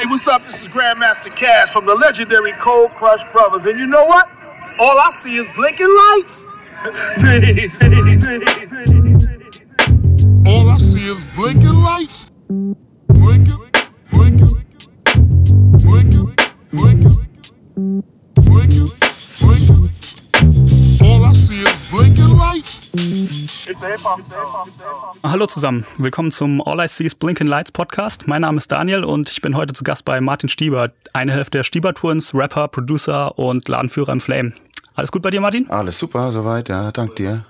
what's up? This is Grandmaster Cash from the legendary Cold Crush Brothers. And you know what? All I see is blinking lights. Peace. All I see is blinking lights. Blinking, blinking, blinking, blinking, blinking, blinking. All I see is blinking lights. Hallo zusammen, willkommen zum All I See is Blinking Lights Podcast. Mein Name ist Daniel und ich bin heute zu Gast bei Martin Stieber, eine Hälfte der Stieber Twins, Rapper, Producer und Ladenführer im Flame. Alles gut bei dir, Martin? Alles super, soweit, ja, dank dir.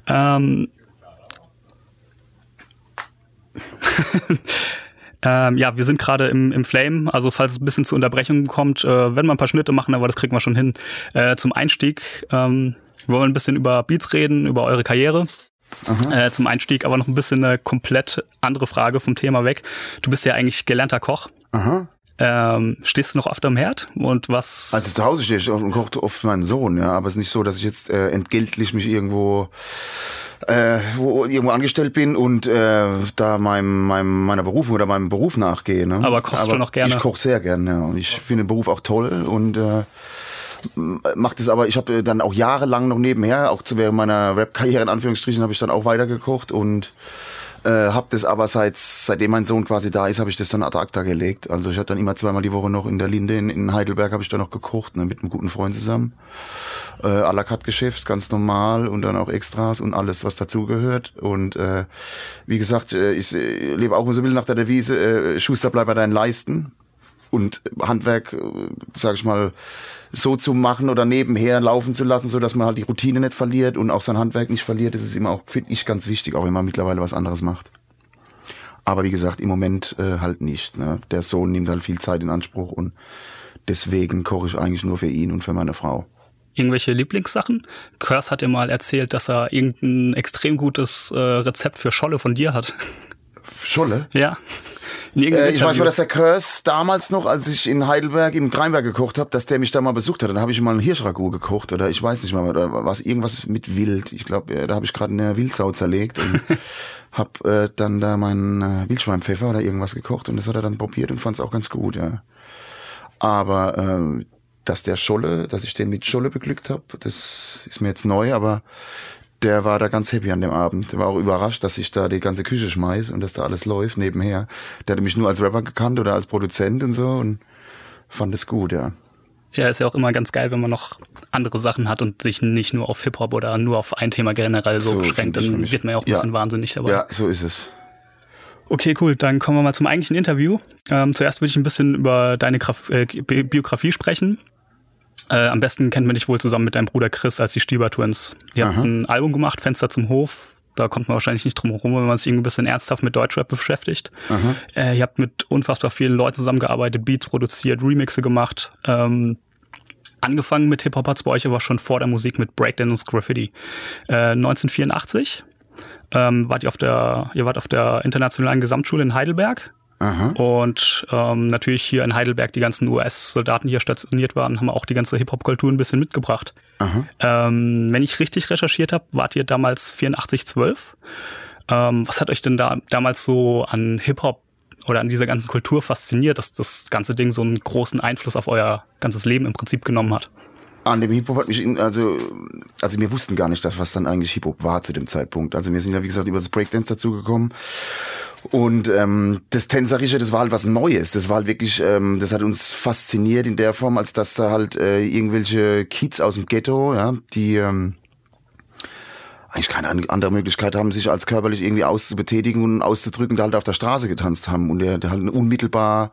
Ja, wir sind gerade im Flame, also falls es ein bisschen zu Unterbrechungen kommt, werden wir ein paar Schnitte machen, aber das kriegen wir schon hin. Zum Einstieg wollen wir ein bisschen über Beats reden, über eure Karriere. Zum Einstieg aber noch ein bisschen eine komplett andere Frage vom Thema weg. Du bist ja eigentlich gelernter Koch. Aha. Stehst du noch oft am Herd? Und was? Also zu Hause stehe ich und koche oft meinen Sohn, ja, aber es ist nicht so, dass ich jetzt entgeltlich mich irgendwo angestellt bin und da meiner Berufung oder meinem Beruf nachgehe. Ne? Aber kochst du noch gerne? Ich koche sehr gerne, ja. Und ich finde den Beruf auch toll und macht es aber, ich habe dann auch jahrelang noch nebenher, auch während meiner Rap-Karriere in Anführungsstrichen, habe ich dann auch weitergekocht und habe das aber seitdem mein Sohn quasi da ist, habe ich das dann ad acta gelegt. Also ich hatte dann immer zweimal die Woche noch in der Linde in Heidelberg habe ich dann noch gekocht, ne, mit einem guten Freund zusammen. À la carte Geschäft, ganz normal und dann auch Extras und alles, was dazugehört. Und wie gesagt, ich lebe auch so ein bisschen nach der Devise, Schuster, bleib bei deinen Leisten. Und Handwerk, sag ich mal, so zu machen oder nebenher laufen zu lassen, so dass man halt die Routine nicht verliert und auch sein Handwerk nicht verliert, das ist immer auch, finde ich, ganz wichtig, auch wenn man mittlerweile was anderes macht. Aber wie gesagt, im Moment halt nicht. Ne? Der Sohn nimmt halt viel Zeit in Anspruch und deswegen koche ich eigentlich nur für ihn und für meine Frau. Irgendwelche Lieblingssachen? Curse hat dir mal erzählt, dass er irgendein extrem gutes Rezept für Scholle von dir hat. Scholle? Ja. Ich weiß mal, dass der Curse damals noch, als ich in Heidelberg im Greinberg gekocht habe, dass der mich da mal besucht hat. Dann habe ich mal ein Hirschragout gekocht oder ich weiß nicht mal, oder war es irgendwas mit Wild. Ich glaube, da habe ich gerade eine Wildsau zerlegt und habe dann da meinen Wildschweinpfeffer oder irgendwas gekocht und das hat er dann probiert und fand es auch ganz gut, ja. Aber dass ich den mit Scholle beglückt habe, das ist mir jetzt neu, aber der war da ganz happy an dem Abend. Der war auch überrascht, dass ich da die ganze Küche schmeiß und dass da alles läuft nebenher. Der hatte mich nur als Rapper gekannt oder als Produzent und so und fand es gut, ja. Ja, ist ja auch immer ganz geil, wenn man noch andere Sachen hat und sich nicht nur auf Hip-Hop oder nur auf ein Thema generell so beschränkt. Dann wird man ja auch ein bisschen wahnsinnig dabei. Ja, so ist es. Okay, cool. Dann kommen wir mal zum eigentlichen Interview. Zuerst würde ich ein bisschen über deine Biografie sprechen. Am besten kennt man dich wohl zusammen mit deinem Bruder Chris als die Stieber Twins. Ihr habt ein Album gemacht, Fenster zum Hof. Da kommt man wahrscheinlich nicht drum herum, wenn man sich irgendwie ein bisschen ernsthaft mit Deutschrap beschäftigt. Ihr habt mit unfassbar vielen Leuten zusammengearbeitet, Beats produziert, Remixe gemacht. Angefangen mit Hip-Hop hat's bei euch aber schon vor der Musik mit Breakdance und Graffiti. 1984 wart ihr auf der Internationalen Gesamtschule in Heidelberg. Und natürlich hier in Heidelberg die ganzen US-Soldaten, die hier stationiert waren, haben auch die ganze Hip-Hop-Kultur ein bisschen mitgebracht. Wenn ich richtig recherchiert habe, wart ihr damals 84-12. Was hat euch denn damals so an Hip-Hop oder an dieser ganzen Kultur fasziniert, dass das ganze Ding so einen großen Einfluss auf euer ganzes Leben im Prinzip genommen hat? An dem Hip-Hop hat mich, also wir wussten gar nicht, was dann eigentlich Hip-Hop war zu dem Zeitpunkt. Also wir sind ja, wie gesagt, über das Breakdance dazugekommen. Und das Tänzerische, das war halt was Neues. Das war halt wirklich, das hat uns fasziniert in der Form, als dass da halt irgendwelche Kids aus dem Ghetto, ja, die eigentlich keine andere Möglichkeit haben, sich als körperlich irgendwie auszubetätigen und auszudrücken, da halt auf der Straße getanzt haben und der halt unmittelbar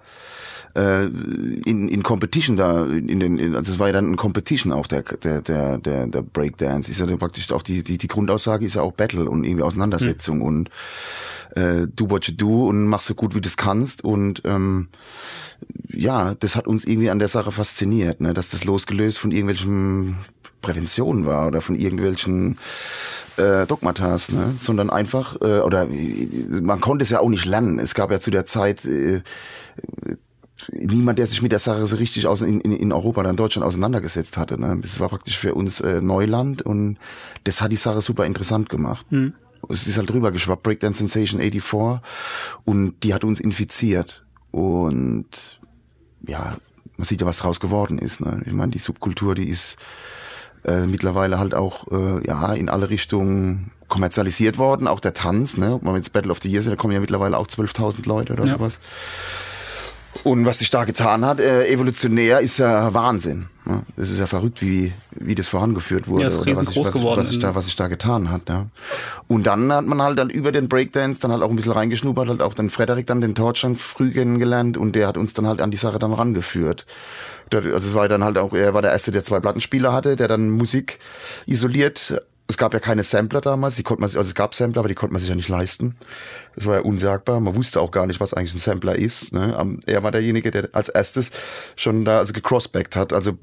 in Competition da, also es war ja dann ein Competition auch der Breakdance, ist ja praktisch auch die Grundaussage ist ja auch Battle und irgendwie Auseinandersetzung und do what you do und mach so gut wie du es kannst und ja, das hat uns irgendwie an der Sache fasziniert, ne, dass das losgelöst von irgendwelchen Präventionen war oder von irgendwelchen Dogmatas, ne, sondern einfach oder man konnte es ja auch nicht lernen. Es gab ja zu der Zeit niemand, der sich mit der Sache so richtig in Europa oder in Deutschland auseinandergesetzt hatte. Ne? Es war praktisch für uns Neuland und das hat die Sache super interessant gemacht. Es ist halt drüber geschwappt, Breakdance Sensation 84 und die hat uns infiziert. Und ja, man sieht ja, was draus geworden ist. Ne? Ich meine, die Subkultur, die ist mittlerweile halt auch in alle Richtungen kommerzialisiert worden. Auch der Tanz, ne? Ob man jetzt Battle of the Years, da kommen ja mittlerweile auch 12.000 Leute oder sowas. Und was sich da getan hat, evolutionär, ist ja Wahnsinn. Ne? Das ist ja verrückt, wie das vorangeführt wurde. Ja, ist riesengroß geworden. Was sich da getan hat. Ja. Und dann hat man halt dann über den Breakdance dann halt auch ein bisschen reingeschnuppert, halt auch dann Frederik dann den Torchon früh kennengelernt und der hat uns dann halt an die Sache dann rangeführt. Also es war dann halt auch, er war der Erste, der 2 Plattenspieler hatte, der dann Musik isoliert. Es gab ja keine Sampler damals, es gab Sampler, aber die konnte man sich ja nicht leisten. Das war ja unsagbar. Man wusste auch gar nicht, was eigentlich ein Sampler ist. Ne? Er war derjenige, der als erstes schon da gecrossbackt hat. Also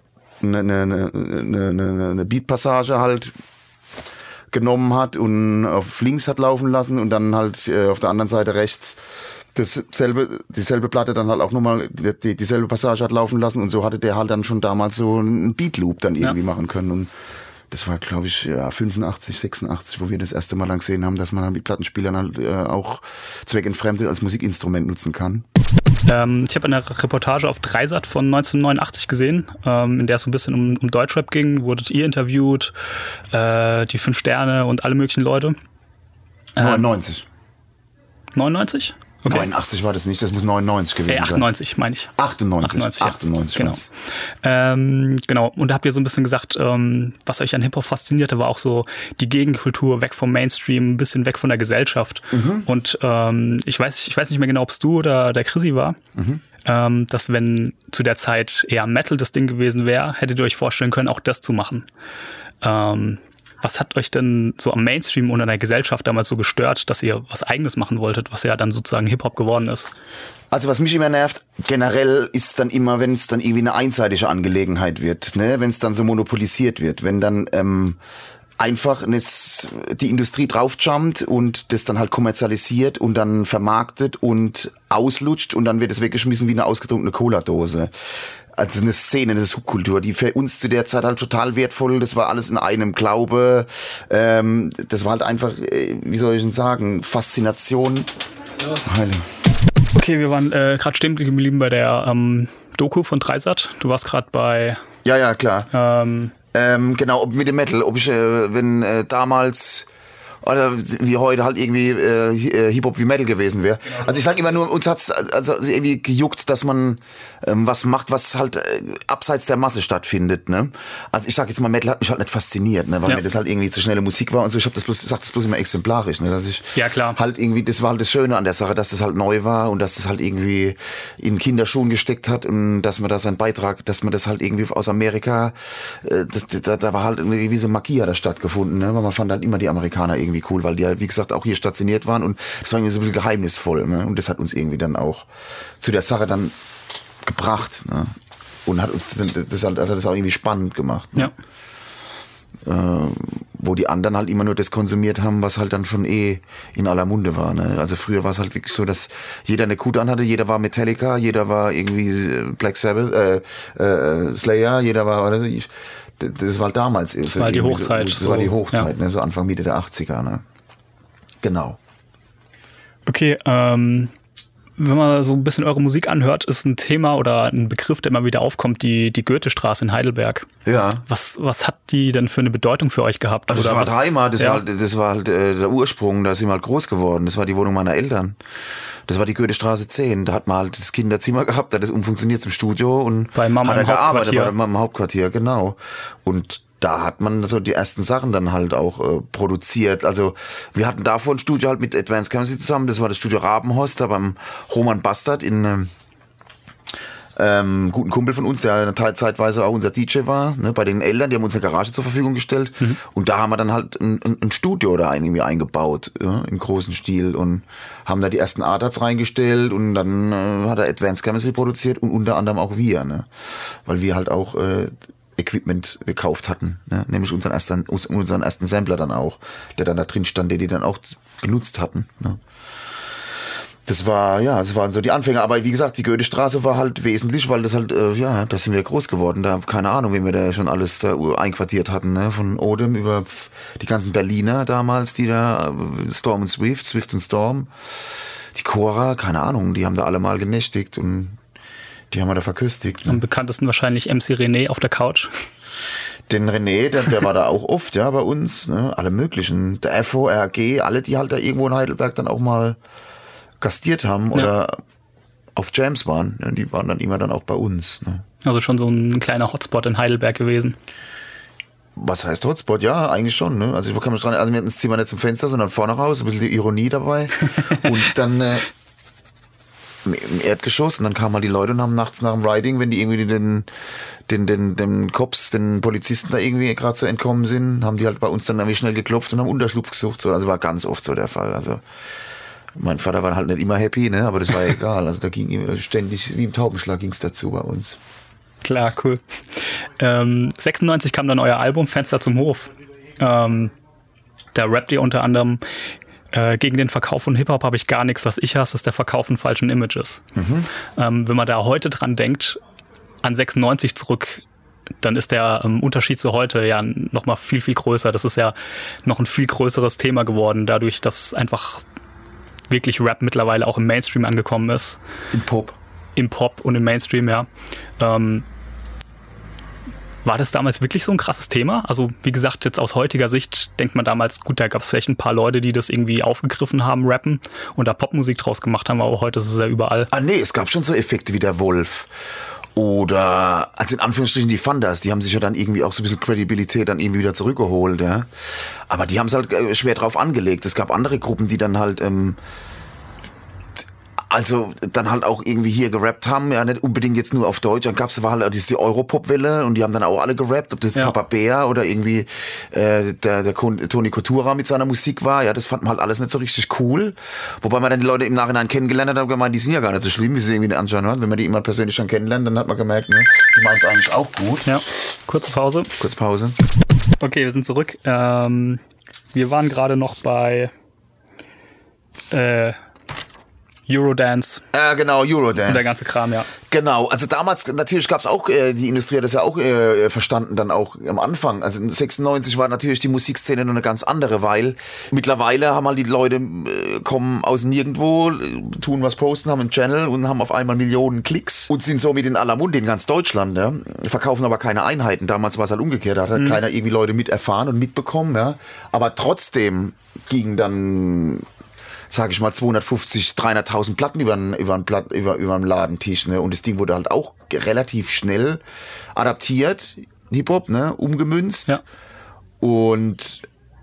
eine Beatpassage halt genommen hat und auf links hat laufen lassen und dann halt auf der anderen Seite rechts dieselbe Platte dann halt auch nochmal dieselbe Passage hat laufen lassen und so hatte der halt dann schon damals so einen Beatloop dann irgendwie machen können. Und das war, glaube ich, 85, 86, wo wir das erste Mal lang gesehen haben, dass man dann mit Plattenspielern halt auch zweckentfremdet als Musikinstrument nutzen kann. Ich habe eine Reportage auf Dreisat von 1989 gesehen, in der es so ein bisschen um Deutschrap ging. Wurdet ihr interviewt, die 5 Sterne und alle möglichen Leute. 99. 99? Okay. 89 war das nicht, das muss 99 gewesen sein. 98 meine ich. 98, genau. Genau. Und da habt ihr so ein bisschen gesagt, was euch an Hip-Hop faszinierte, war auch so die Gegenkultur, weg vom Mainstream, ein bisschen weg von der Gesellschaft. Und ich weiß nicht mehr genau, ob es du oder der Chrissy war, dass wenn zu der Zeit eher Metal das Ding gewesen wäre, hättet ihr euch vorstellen können, auch das zu machen. Was hat euch denn so am Mainstream und an der Gesellschaft damals so gestört, dass ihr was Eigenes machen wolltet, was ja dann sozusagen Hip-Hop geworden ist? Also was mich immer nervt, generell ist dann immer, wenn es dann irgendwie eine einseitige Angelegenheit wird, ne? Wenn es dann so monopolisiert wird, wenn dann einfach die Industrie draufjumpt und das dann halt kommerzialisiert und dann vermarktet und auslutscht und dann wird es weggeschmissen wie eine ausgetrunkene Cola-Dose. Also eine Szene, eine Subkultur, die für uns zu der Zeit halt total wertvoll, das war alles in einem Glaube, das war halt einfach, wie soll ich denn sagen, Faszination. Okay, wir waren gerade stehen geblieben bei der Doku von Dreisat. Du warst gerade bei... Ja, klar. Genau, mit dem Metal, ob ich, wenn damals... Oder wie heute halt irgendwie Hip-Hop wie Metal gewesen wäre. Also ich sag immer nur, uns hat's also irgendwie gejuckt, dass man was macht, was halt abseits der Masse stattfindet. Ne? Also ich sag jetzt mal, Metal hat mich halt nicht fasziniert, ne? Weil mir das halt irgendwie zu schnelle Musik war und so. Ich sag das bloß immer exemplarisch, ne? Dass ich halt irgendwie, das war halt das Schöne an der Sache, dass das halt neu war und dass das halt irgendwie in Kinderschuhen gesteckt hat und dass man da seinen Beitrag, dass man das halt irgendwie aus Amerika, da war halt irgendwie so Magie da stattgefunden, ne? Weil man fand halt immer die Amerikaner irgendwie cool, weil die halt, wie gesagt, auch hier stationiert waren und das war irgendwie so ein bisschen geheimnisvoll, ne? Und das hat uns irgendwie dann auch zu der Sache dann gebracht, ne? Und hat uns das auch irgendwie spannend gemacht, ne? Ja. Wo die anderen halt immer nur das konsumiert haben, was halt dann schon in aller Munde war, ne? Also früher war es halt wirklich so, dass jeder eine Kutte anhatte, jeder war Metallica, jeder war irgendwie Black Sabbath, Slayer, jeder war, das war halt damals. Das war die Hochzeit. Das war die Hochzeit, ne? So Anfang, Mitte der 80er, ne? Genau. Okay, wenn man so ein bisschen eure Musik anhört, ist ein Thema oder ein Begriff, der immer wieder aufkommt, die Goethestraße in Heidelberg. Ja. Was hat die denn für eine Bedeutung für euch gehabt? Also das war Heimat, das war halt der Ursprung, da sind wir halt groß geworden. Das war die Wohnung meiner Eltern. Das war die Goethestraße 10. Da hat man halt das Kinderzimmer gehabt, da hat das umfunktioniert zum Studio und bei Mama hat gearbeitet bei Mama im Hauptquartier, genau. Und da hat man so die ersten Sachen dann halt auch produziert. Also wir hatten davor ein Studio halt mit Advanced Chemistry zusammen. Das war das Studio Rabenhorst, da beim Roman Bastard in guten Kumpel von uns, der zeitweise auch unser DJ war, ne, bei den Eltern, die haben uns eine Garage zur Verfügung gestellt. Und da haben wir dann halt ein Studio da irgendwie eingebaut, ja, im großen Stil und haben da die ersten ADATs reingestellt und dann hat er Advanced Chemistry produziert und unter anderem auch wir, ne, weil wir halt auch Equipment gekauft hatten, ne? Nämlich unseren ersten Sampler dann auch, der dann da drin stand, den die dann auch benutzt hatten. Ne? Das waren so die Anfänge, aber wie gesagt, die Goethestraße war halt wesentlich, weil das halt, da sind wir groß geworden, da keine Ahnung, wie wir da schon alles da einquartiert hatten, ne? Von Odem über die ganzen Berliner damals, die da, Storm und Swift und Storm, die Cora, keine Ahnung, die haben da alle mal genächtigt und Die haben wir da verköstigt. Am bekanntesten wahrscheinlich MC René auf der Couch. Den René, der war da auch oft, ja, bei uns, ne? Alle möglichen. Der FO, RG, alle, die halt da irgendwo in Heidelberg dann auch mal gastiert haben oder auf Jams waren, ne? Die waren dann immer dann auch bei uns. Ne? Also schon so ein kleiner Hotspot in Heidelberg gewesen. Was heißt Hotspot? Ja, eigentlich schon. Ne? Also ich kann mich dran, also wir hatten das Zimmer nicht zum Fenster, sondern vorne raus, ein bisschen die Ironie dabei. Und dann im Erdgeschoss und dann kamen halt die Leute und haben nachts nach dem Riding, wenn die irgendwie den Cops, den Polizisten da irgendwie gerade so entkommen sind, haben die halt bei uns dann irgendwie schnell geklopft und haben Unterschlupf gesucht. So. Also war ganz oft so der Fall. Also mein Vater war halt nicht immer happy, ne? Aber das war ja egal. Also da ging ständig, wie im Taubenschlag ging's dazu bei uns. Klar, cool. 96 kam dann euer Album Fenster zum Hof. Da rappt ihr unter anderem gegen den Verkauf von Hip-Hop habe ich gar nichts, was ich hasse, ist der Verkauf von falschen Images. Wenn man da heute dran denkt, an 96 zurück, dann ist der Unterschied zu heute ja nochmal viel, viel größer. Das ist ja noch ein viel größeres Thema geworden, dadurch, dass einfach wirklich Rap mittlerweile auch im Mainstream angekommen ist. Im Pop und im Mainstream, ja. War das damals wirklich so ein krasses Thema? Also wie gesagt, jetzt aus heutiger Sicht denkt man damals, gut, da gab es vielleicht ein paar Leute, die das irgendwie aufgegriffen haben, rappen und da Popmusik draus gemacht haben, aber heute ist es ja überall. Ah nee, es gab schon so Effekte wie der Wolf oder, also in Anführungsstrichen die Thunders, die haben sich ja dann irgendwie auch so ein bisschen Credibilität dann irgendwie wieder zurückgeholt, ja. Aber die haben es halt schwer drauf angelegt. Es gab andere Gruppen, die dann halt also dann halt auch irgendwie hier gerappt haben, ja, nicht unbedingt jetzt nur auf Deutsch. Dann war halt die Europop-Welle und die haben dann auch alle gerappt, ob das Papa Bär oder irgendwie der Toni Kotura mit seiner Musik war. Ja, das fand man halt alles nicht so richtig cool. Wobei man dann die Leute im Nachhinein kennengelernt hat und gemeint, die sind ja gar nicht so schlimm, wie sie irgendwie anschauen hat. Wenn man die immer persönlich schon kennenlernt, dann hat man gemerkt, ne, die meinen es eigentlich auch gut. Ja, kurze Pause. Okay, wir sind zurück. Wir waren gerade noch bei Eurodance. Genau, Eurodance. Und der ganze Kram, ja. Genau, also damals, natürlich gab's auch, die Industrie hat das ja auch verstanden dann auch am Anfang. Also 96 war natürlich die Musikszene noch eine ganz andere, weil mittlerweile haben halt die Leute, kommen aus nirgendwo, tun was posten, haben einen Channel und haben auf einmal Millionen Klicks und sind somit in aller Munde in ganz Deutschland, ja. Verkaufen aber keine Einheiten. Damals war es halt umgekehrt, da hat halt keiner irgendwie Leute mit erfahren und mitbekommen, ja. Aber trotzdem ging dann, sage ich mal, 250, 300.000 Platten über den Ladentisch, ne? Und das Ding wurde halt auch relativ schnell adaptiert, Hip-Hop, ne? Umgemünzt. Ja. Und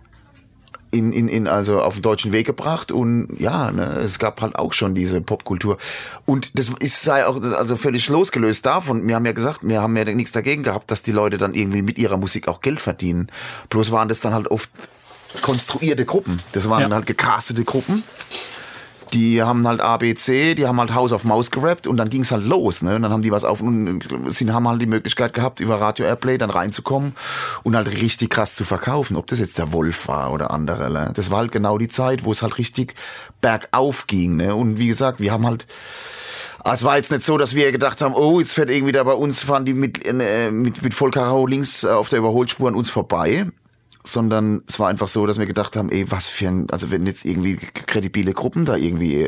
also auf den deutschen Weg gebracht und ja, ne, es gab halt auch schon diese Popkultur und das sei auch also völlig losgelöst davon. Wir haben ja gesagt, wir haben ja nichts dagegen gehabt, dass die Leute dann irgendwie mit ihrer Musik auch Geld verdienen. Bloß waren das dann halt oft konstruierte Gruppen. Das waren halt gecastete Gruppen. Die haben halt ABC, die haben halt Haus auf Maus gerappt und dann ging's halt los, ne? Und dann haben die was auf und haben halt die Möglichkeit gehabt, über Radio Airplay dann reinzukommen und halt richtig krass zu verkaufen. Ob das jetzt der Wolf war oder andere, ne? Das war halt genau die Zeit, wo es halt richtig bergauf ging, ne? Und wie gesagt, wir haben halt, es war jetzt nicht so, dass wir gedacht haben, oh, jetzt fährt irgendwie da bei uns, fahren die mit Vollkaracho links auf der Überholspur an uns vorbei. Sondern es war einfach so, dass wir gedacht haben, ey, was für ein, also wenn jetzt irgendwie kredibile Gruppen da irgendwie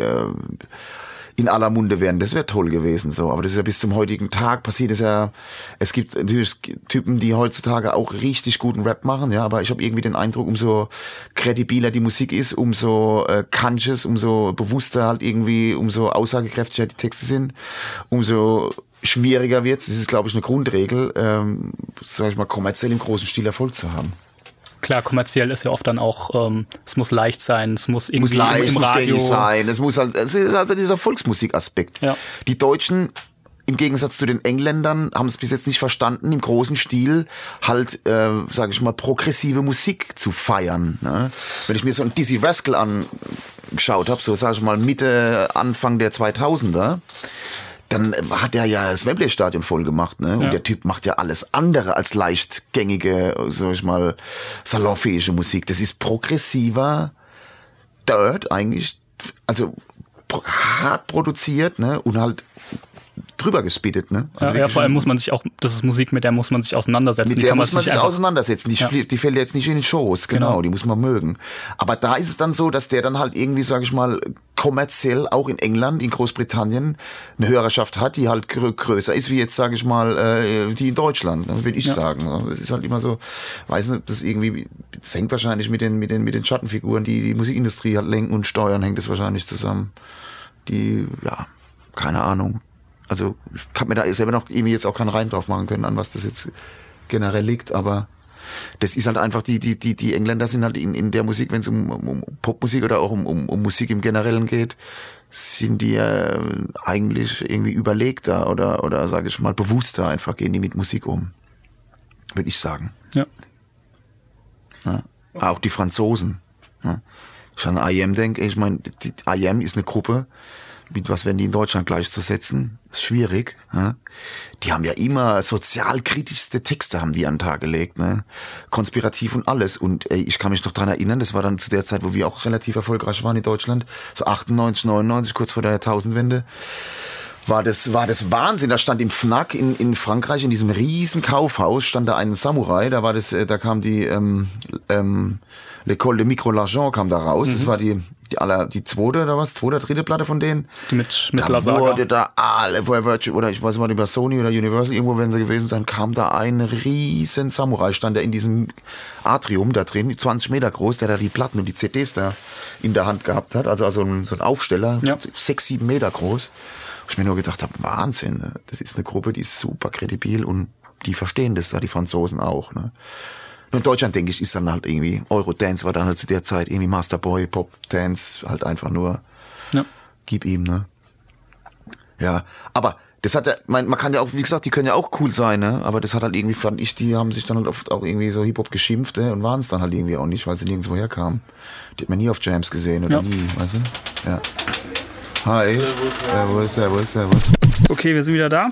in aller Munde wären, das wäre toll gewesen, so. Aber das ist ja bis zum heutigen Tag passiert, es ja, es gibt natürlich Typen, die heutzutage auch richtig guten Rap machen, ja, aber ich habe irgendwie den Eindruck, umso kredibiler die Musik ist, umso conscious, umso bewusster halt irgendwie, umso aussagekräftiger die Texte sind, umso schwieriger wird's. Das ist, glaube ich, eine Grundregel, sag ich mal, kommerziell im großen Stil Erfolg zu haben. Klar, kommerziell ist ja oft dann auch, es muss leicht sein, es muss irgendwie im Radio gängig sein, es muss halt, es ist also dieser Volksmusikaspekt. Ja. Die Deutschen, im Gegensatz zu den Engländern, haben es bis jetzt nicht verstanden, im großen Stil halt, sage ich mal, progressive Musik zu feiern. Ne? Wenn ich mir so einen Dizzy Rascal angeschaut habe, so sage ich mal Mitte, Anfang der 2000er, dann hat er ja das Wembley-Stadion voll gemacht, ne? Und der Typ macht ja alles andere als leichtgängige, sag ich mal, salonfähige Musik. Das ist progressiver Dirt eigentlich, also hart produziert, ne? Und halt drüber gespittet, ne? Also ja, vor allem muss man sich auch, das ist Musik, mit der muss man sich auseinandersetzen. Mit der muss man sich auseinandersetzen. Die fällt jetzt nicht in den Shows, genau, die muss man mögen. Aber da ist es dann so, dass der dann halt irgendwie, sag ich mal, kommerziell auch in England, in Großbritannien eine Hörerschaft hat, die halt größer ist, wie jetzt, sage ich mal, die in Deutschland, ne, würde ich sagen. Es ist halt immer so, weiß nicht, das irgendwie, das hängt wahrscheinlich mit den Schattenfiguren, die Musikindustrie halt lenken und steuern, hängt das wahrscheinlich zusammen. Die, ja, keine Ahnung. Also ich habe mir da selber noch irgendwie jetzt auch keinen Reim drauf machen können, an was das jetzt generell liegt, aber das ist halt einfach, die Engländer sind halt in der Musik, wenn es um Popmusik oder auch um Musik im Generellen geht, sind die eigentlich irgendwie überlegter oder sage ich mal bewusster einfach, gehen die mit Musik um. Würde ich sagen. Ja. Auch die Franzosen. Ja. Ich an IM denke, ich meine, IM ist eine Gruppe, mit was werden die in Deutschland gleichzusetzen? Ist schwierig. Ne? Die haben ja immer sozialkritischste Texte haben die an den Tag gelegt, ne? Konspirativ und alles. Und ich kann mich noch dran erinnern, das war dann zu der Zeit, wo wir auch relativ erfolgreich waren in Deutschland, so 98, 99, kurz vor der Jahrtausendwende, war das Wahnsinn. Da stand im Fnac in Frankreich, in diesem riesen Kaufhaus, stand da ein Samurai, da kam die L'École de Micro L'Argent kam da raus. Das war die zweite oder was? Zweite, dritte Platte von denen? Mit da Lasaga. wurde da alle, oder ich weiß nicht, über Sony oder Universal, irgendwo werden sie gewesen sein, kam da ein riesen Samurai, stand da in diesem Atrium da drin, 20 Meter groß, der da die Platten und die CDs da in der Hand gehabt hat. Also so ein Aufsteller, 6, 7 Meter groß. Wo ich mir nur gedacht habe, Wahnsinn, ne? Das ist eine Gruppe, die ist super kredibil und die verstehen das da, die Franzosen auch, ne? Nur in Deutschland, denke ich, ist dann halt irgendwie, Eurodance war dann halt zu der Zeit irgendwie Masterboy, Pop, Dance, halt einfach nur, gib ihm, ne? Ja, aber das hat man kann ja auch, wie gesagt, die können ja auch cool sein, ne? Aber das hat halt irgendwie, fand ich, die haben sich dann halt oft auch irgendwie so Hip-Hop geschimpft, ne? Und waren es dann halt irgendwie auch nicht, weil sie nirgendwo herkamen. Die hat man nie auf Jams gesehen oder nie, weißt du? Ja. Hi. Servus. Okay, wir sind wieder da.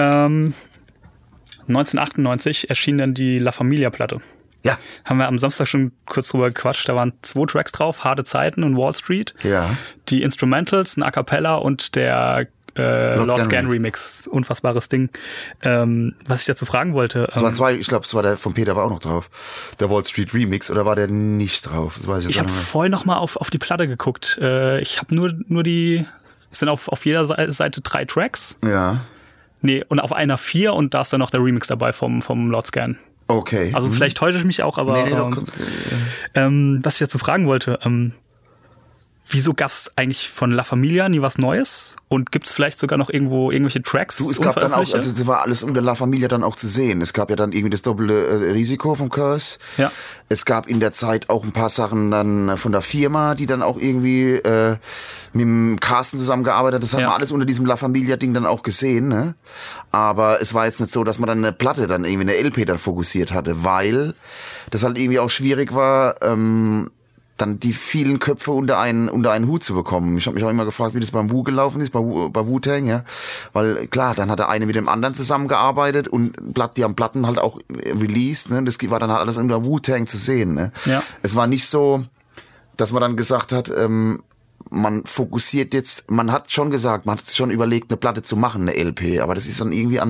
1998 erschien dann die La Familia-Platte. Ja. Haben wir am Samstag schon kurz drüber gequatscht. Da waren 2 Tracks drauf, Harte Zeiten und Wall Street. Ja. Die Instrumentals, ein A Cappella und der Lord Scan Remix. Unfassbares Ding. Was ich dazu fragen wollte. Es waren 2, ich glaube, es war der von Peter war auch noch drauf. Der Wall Street Remix, oder war der nicht drauf? Das weiß ich habe vorhin noch mal auf die Platte geguckt. Ich habe nur die, es sind auf jeder Seite 3 Tracks. Ja. Nee, und auf einer 4 und da ist dann noch der Remix dabei vom Lord Scan. Okay. Also vielleicht täusche ich mich auch, aber was ich dazu fragen wollte, wieso gab es eigentlich von La Familia nie was Neues? Und gibt es vielleicht sogar noch irgendwo irgendwelche Tracks? Du, es gab dann auch, also das war alles unter La Familia dann auch zu sehen. Es gab ja dann irgendwie das doppelte Risiko vom Curse. Ja. Es gab in der Zeit auch ein paar Sachen dann von der Firma, die dann auch irgendwie mit dem Carsten zusammengearbeitet hat. Das hat man alles unter diesem La Familia-Ding dann auch gesehen, ne? Aber es war jetzt nicht so, dass man dann eine Platte dann irgendwie, eine LP dann fokussiert hatte, weil das halt irgendwie auch schwierig war, dann die vielen Köpfe unter einen Hut zu bekommen. Ich habe mich auch immer gefragt, wie das beim Wu gelaufen ist, bei Wu-Tang, ja. Weil klar, dann hat der eine mit dem anderen zusammengearbeitet und die haben Platten halt auch released, ne. Das war dann halt alles unter Wu-Tang zu sehen, ne. Ja. Es war nicht so, dass man dann gesagt hat, man fokussiert jetzt, man hat schon gesagt, man hat schon überlegt, eine Platte zu machen, eine LP, aber das ist dann irgendwie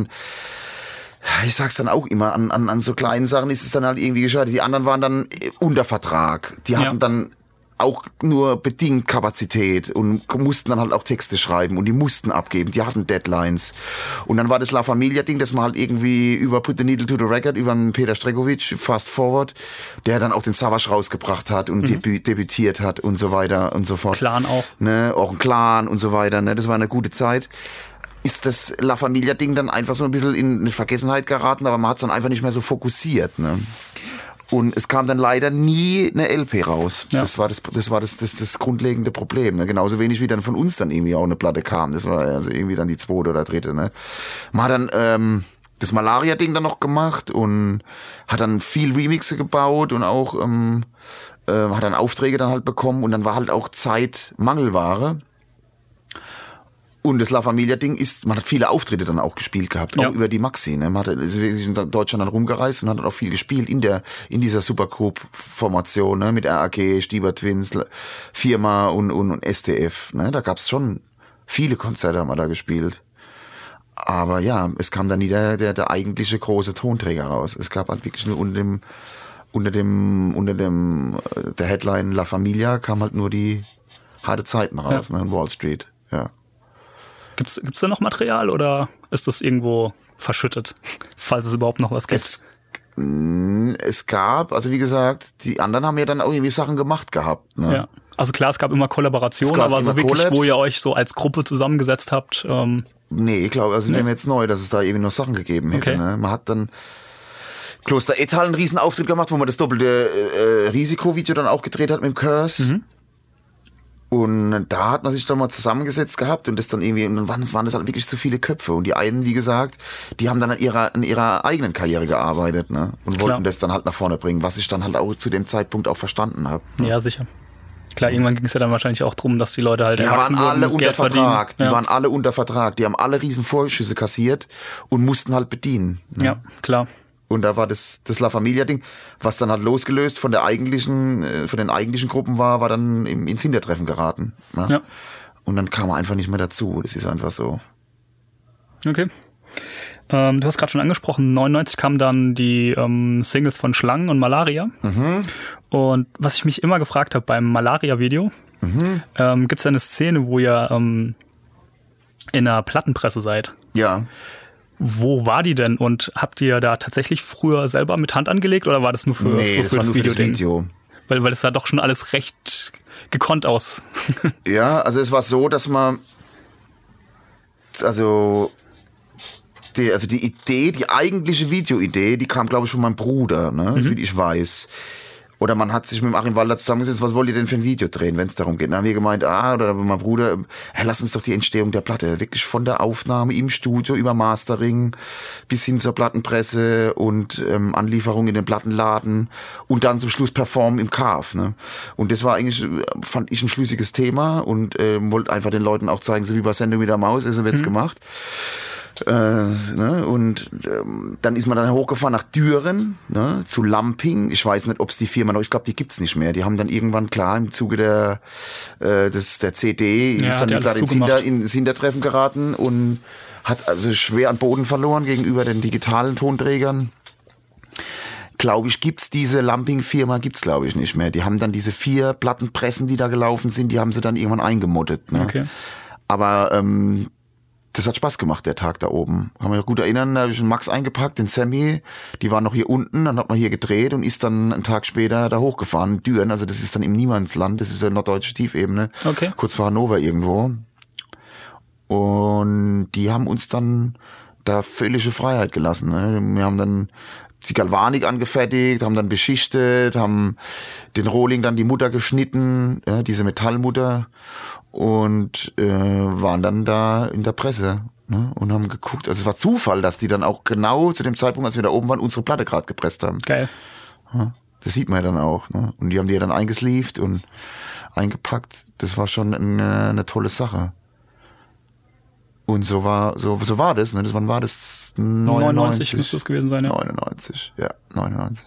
ich sag's dann auch immer, an so kleinen Sachen ist es dann halt irgendwie gescheitert. Die anderen waren dann unter Vertrag. Die hatten dann auch nur bedingt Kapazität und mussten dann halt auch Texte schreiben und die mussten abgeben. Die hatten Deadlines. Und dann war das La Familia-Ding, das man halt irgendwie über Put the Needle to the Record, über den Peter Streckovic, Fast Forward, der dann auch den Savage rausgebracht hat und debütiert hat und so weiter und so fort. Clan auch. Ne, auch ein Clan und so weiter. Ne, das war eine gute Zeit. Ist das La Familia-Ding dann einfach so ein bisschen in Vergessenheit geraten, aber man hat es dann einfach nicht mehr so fokussiert, ne? Und es kam dann leider nie eine LP raus. Ja. Das war das grundlegende Problem, ne? Genauso wenig wie dann von uns dann irgendwie auch eine Platte kam. Das war also irgendwie dann die 2. oder 3, ne? Man hat dann das Malaria-Ding dann noch gemacht und hat dann viel Remixe gebaut und auch hat dann Aufträge dann halt bekommen und dann war halt auch Zeit Mangelware. Und das La Familia-Ding ist, man hat viele Auftritte dann auch gespielt gehabt, auch über die Maxi, ne? Man ist in Deutschland dann rumgereist und hat dann auch viel gespielt in dieser Supergroup-Formation, ne? Mit RAG, Stieber Twins, Firma und STF, ne? Da gab's schon viele Konzerte, haben wir da gespielt. Aber ja, es kam dann nie der eigentliche große Tonträger raus. Es gab halt wirklich nur unter der Headline La Familia kam halt nur die harte Zeiten raus, ne, in Wall Street, ja. Gibt's da noch Material oder ist das irgendwo verschüttet, falls es überhaupt noch was gibt? Es gab, also wie gesagt, die anderen haben ja dann auch irgendwie Sachen gemacht gehabt. Ne? Ja. Also klar, es gab immer Kollaborationen, aber so wirklich, Collabs, wo ihr euch so als Gruppe zusammengesetzt habt. Nee, ich glaube, also wir haben jetzt neu, dass es da irgendwie noch Sachen gegeben hätte. Okay. Ne? Man hat dann Kloster Ettal einen riesen Auftritt gemacht, wo man das doppelte Risikovideo dann auch gedreht hat mit dem Curse. Mhm. Und da hat man sich dann mal zusammengesetzt gehabt und das dann irgendwie, und dann waren das halt wirklich zu viele Köpfe. Und die einen, wie gesagt, die haben dann an ihrer eigenen Karriere gearbeitet, ne? Und wollten das dann halt nach vorne bringen, was ich dann halt auch zu dem Zeitpunkt auch verstanden habe. Ne? Ja, sicher. Klar, irgendwann ging es ja dann wahrscheinlich auch darum, dass die Leute halt erwachsen wurden, alle unter Geld Vertrag. verdienen. Die waren alle unter Vertrag. Die haben alle riesen Vorschüsse kassiert und mussten halt bedienen. Ne? Ja, klar. Und da war das La Familia-Ding, was dann halt losgelöst von den eigentlichen Gruppen war dann ins Hintertreffen geraten. Ne? Ja. Und dann kam er einfach nicht mehr dazu. Das ist einfach so. Okay. Du hast gerade schon angesprochen, 99 kamen dann die Singles von Schlangen und Malaria. Mhm. Und was ich mich immer gefragt habe beim Malaria-Video, gibt es eine Szene, wo ihr in einer Plattenpresse seid? Ja. Wo war die denn? Und habt ihr da tatsächlich früher selber mit Hand angelegt oder war das nur für, das Video? Weil es sah doch schon alles recht gekonnt aus. Ja, also es war so, dass man die Idee, die eigentliche Videoidee, die kam, glaube ich, von meinem Bruder, ne, wie ich weiß. Oder man hat sich mit dem Achim Walder zusammengesetzt, was wollt ihr denn für ein Video drehen, wenn es darum geht? Dann haben wir gemeint, oder mein Bruder, lass uns doch die Entstehung der Platte, wirklich von der Aufnahme im Studio über Mastering bis hin zur Plattenpresse und Anlieferung in den Plattenladen und dann zum Schluss performen im Carve. Ne? Und das war eigentlich, fand ich, ein schlüssiges Thema und wollte einfach den Leuten auch zeigen, so wie bei Sendung mit der Maus ist, so wird's gemacht. Ne? Und dann ist man dann hochgefahren nach Düren, ne? Zu Lamping. Ich weiß nicht, ob es die Firma noch, ich glaube, die gibt's nicht mehr. Die haben dann irgendwann, klar, im Zuge der CD ist dann die Platte ins Hintertreffen geraten und hat also schwer an Boden verloren gegenüber den digitalen Tonträgern. Glaube ich, gibt's diese Lamping-Firma, glaube ich, nicht mehr. Die haben dann diese 4 Plattenpressen, die da gelaufen sind, die haben sie dann irgendwann eingemottet. Ne? Okay. Aber das hat Spaß gemacht, der Tag da oben. Kann mich noch gut erinnern, da habe ich einen Max eingepackt, den Sammy, die waren noch hier unten, dann hat man hier gedreht und ist dann einen Tag später da hochgefahren, Düren, also das ist dann im Niemandsland, das ist ja norddeutsche Tiefebene, kurz vor Hannover irgendwo. Und die haben uns dann da völlige Freiheit gelassen. Ne? Wir haben dann die Galvanik angefertigt, haben dann beschichtet, haben den Rohling dann die Mutter geschnitten, diese Metallmutter, und waren dann da in der Presse, ne, und haben geguckt. Also es war Zufall, dass die dann auch genau zu dem Zeitpunkt, als wir da oben waren, unsere Platte gerade gepresst haben. Geil. Ja, das sieht man ja dann auch. Ne? Und die haben die ja dann eingesleeved und eingepackt. Das war schon eine tolle Sache. Und so war das. Ne? Wann war das? 99 müsste es gewesen sein, ja. 99, ja, 99.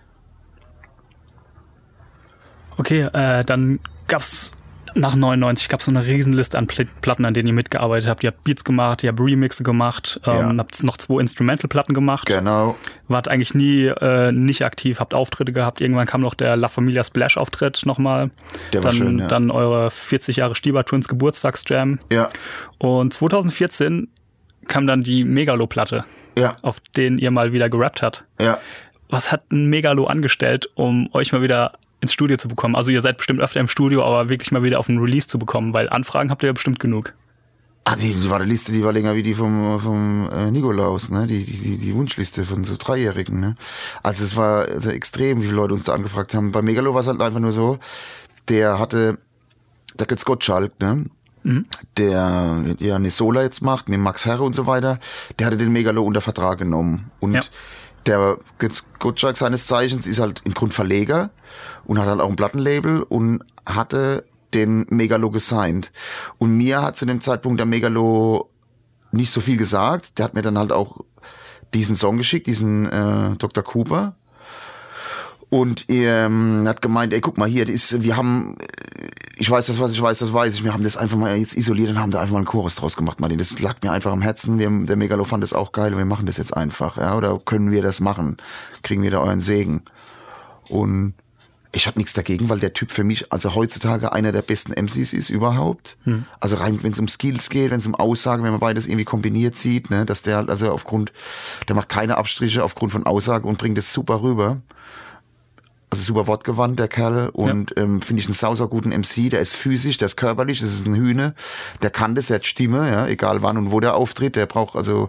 Okay, dann gab's nach 99 gab's so eine Riesenliste an Platten, an denen ihr mitgearbeitet habt. Ihr habt Beats gemacht, ihr habt Remixe gemacht, habt noch 2 Instrumental-Platten gemacht. Genau. Wart eigentlich nie nicht aktiv, habt Auftritte gehabt. Irgendwann kam noch der La Familia Splash-Auftritt nochmal. Der war schön, ja. Dann eure 40 Jahre Stieber Twins Geburtstagsjam. Ja. Und 2014 kam dann die Megalo-Platte, auf denen ihr mal wieder gerappt habt. Ja. Was hat ein Megalo angestellt, um euch mal wieder ins Studio zu bekommen? Also ihr seid bestimmt öfter im Studio, aber wirklich mal wieder auf einen Release zu bekommen, weil Anfragen habt ihr ja bestimmt genug. Die war der Liste, die war länger wie die vom Nikolaus, ne? Die Wunschliste von so 3-Jährigen, ne? Also es war extrem, wie viele Leute uns da angefragt haben. Bei Megalo war es halt einfach nur so, der Götz Gottschalk, ne? Mhm. Der ja Nisola jetzt macht, mit Max Herre und so weiter, der hatte den Megalo unter Vertrag genommen. Und der Götz Gottschalk seines Zeichens ist halt im Grund Verleger und hat halt auch ein Plattenlabel und hatte den Megalo gesigned. Und mir hat zu dem Zeitpunkt der Megalo nicht so viel gesagt. Der hat mir dann halt auch diesen Song geschickt, diesen Dr. Cooper. Und er hat gemeint, guck mal hier, wir haben, ich weiß das, was ich weiß, das weiß ich. Wir haben das einfach mal jetzt isoliert und haben da einfach mal einen Chorus draus gemacht, Martin. Das lag mir einfach am Herzen. Der Megalo fand das auch geil. Wir machen das jetzt einfach, ja. Oder können wir das machen? Kriegen wir da euren Segen? Und ich habe nichts dagegen, weil der Typ für mich also heutzutage einer der besten MCs ist überhaupt. Also rein, wenn es um Skills geht, wenn es um Aussagen, wenn man beides irgendwie kombiniert sieht, ne, dass der halt also der macht keine Abstriche aufgrund von Aussage und bringt es super rüber. Also super wortgewandt, der Kerl. Und finde ich einen sauser guten MC, der ist physisch, der ist körperlich, das ist ein Hühne, der kann das, der hat Stimme, ja, egal wann und wo der auftritt, der braucht also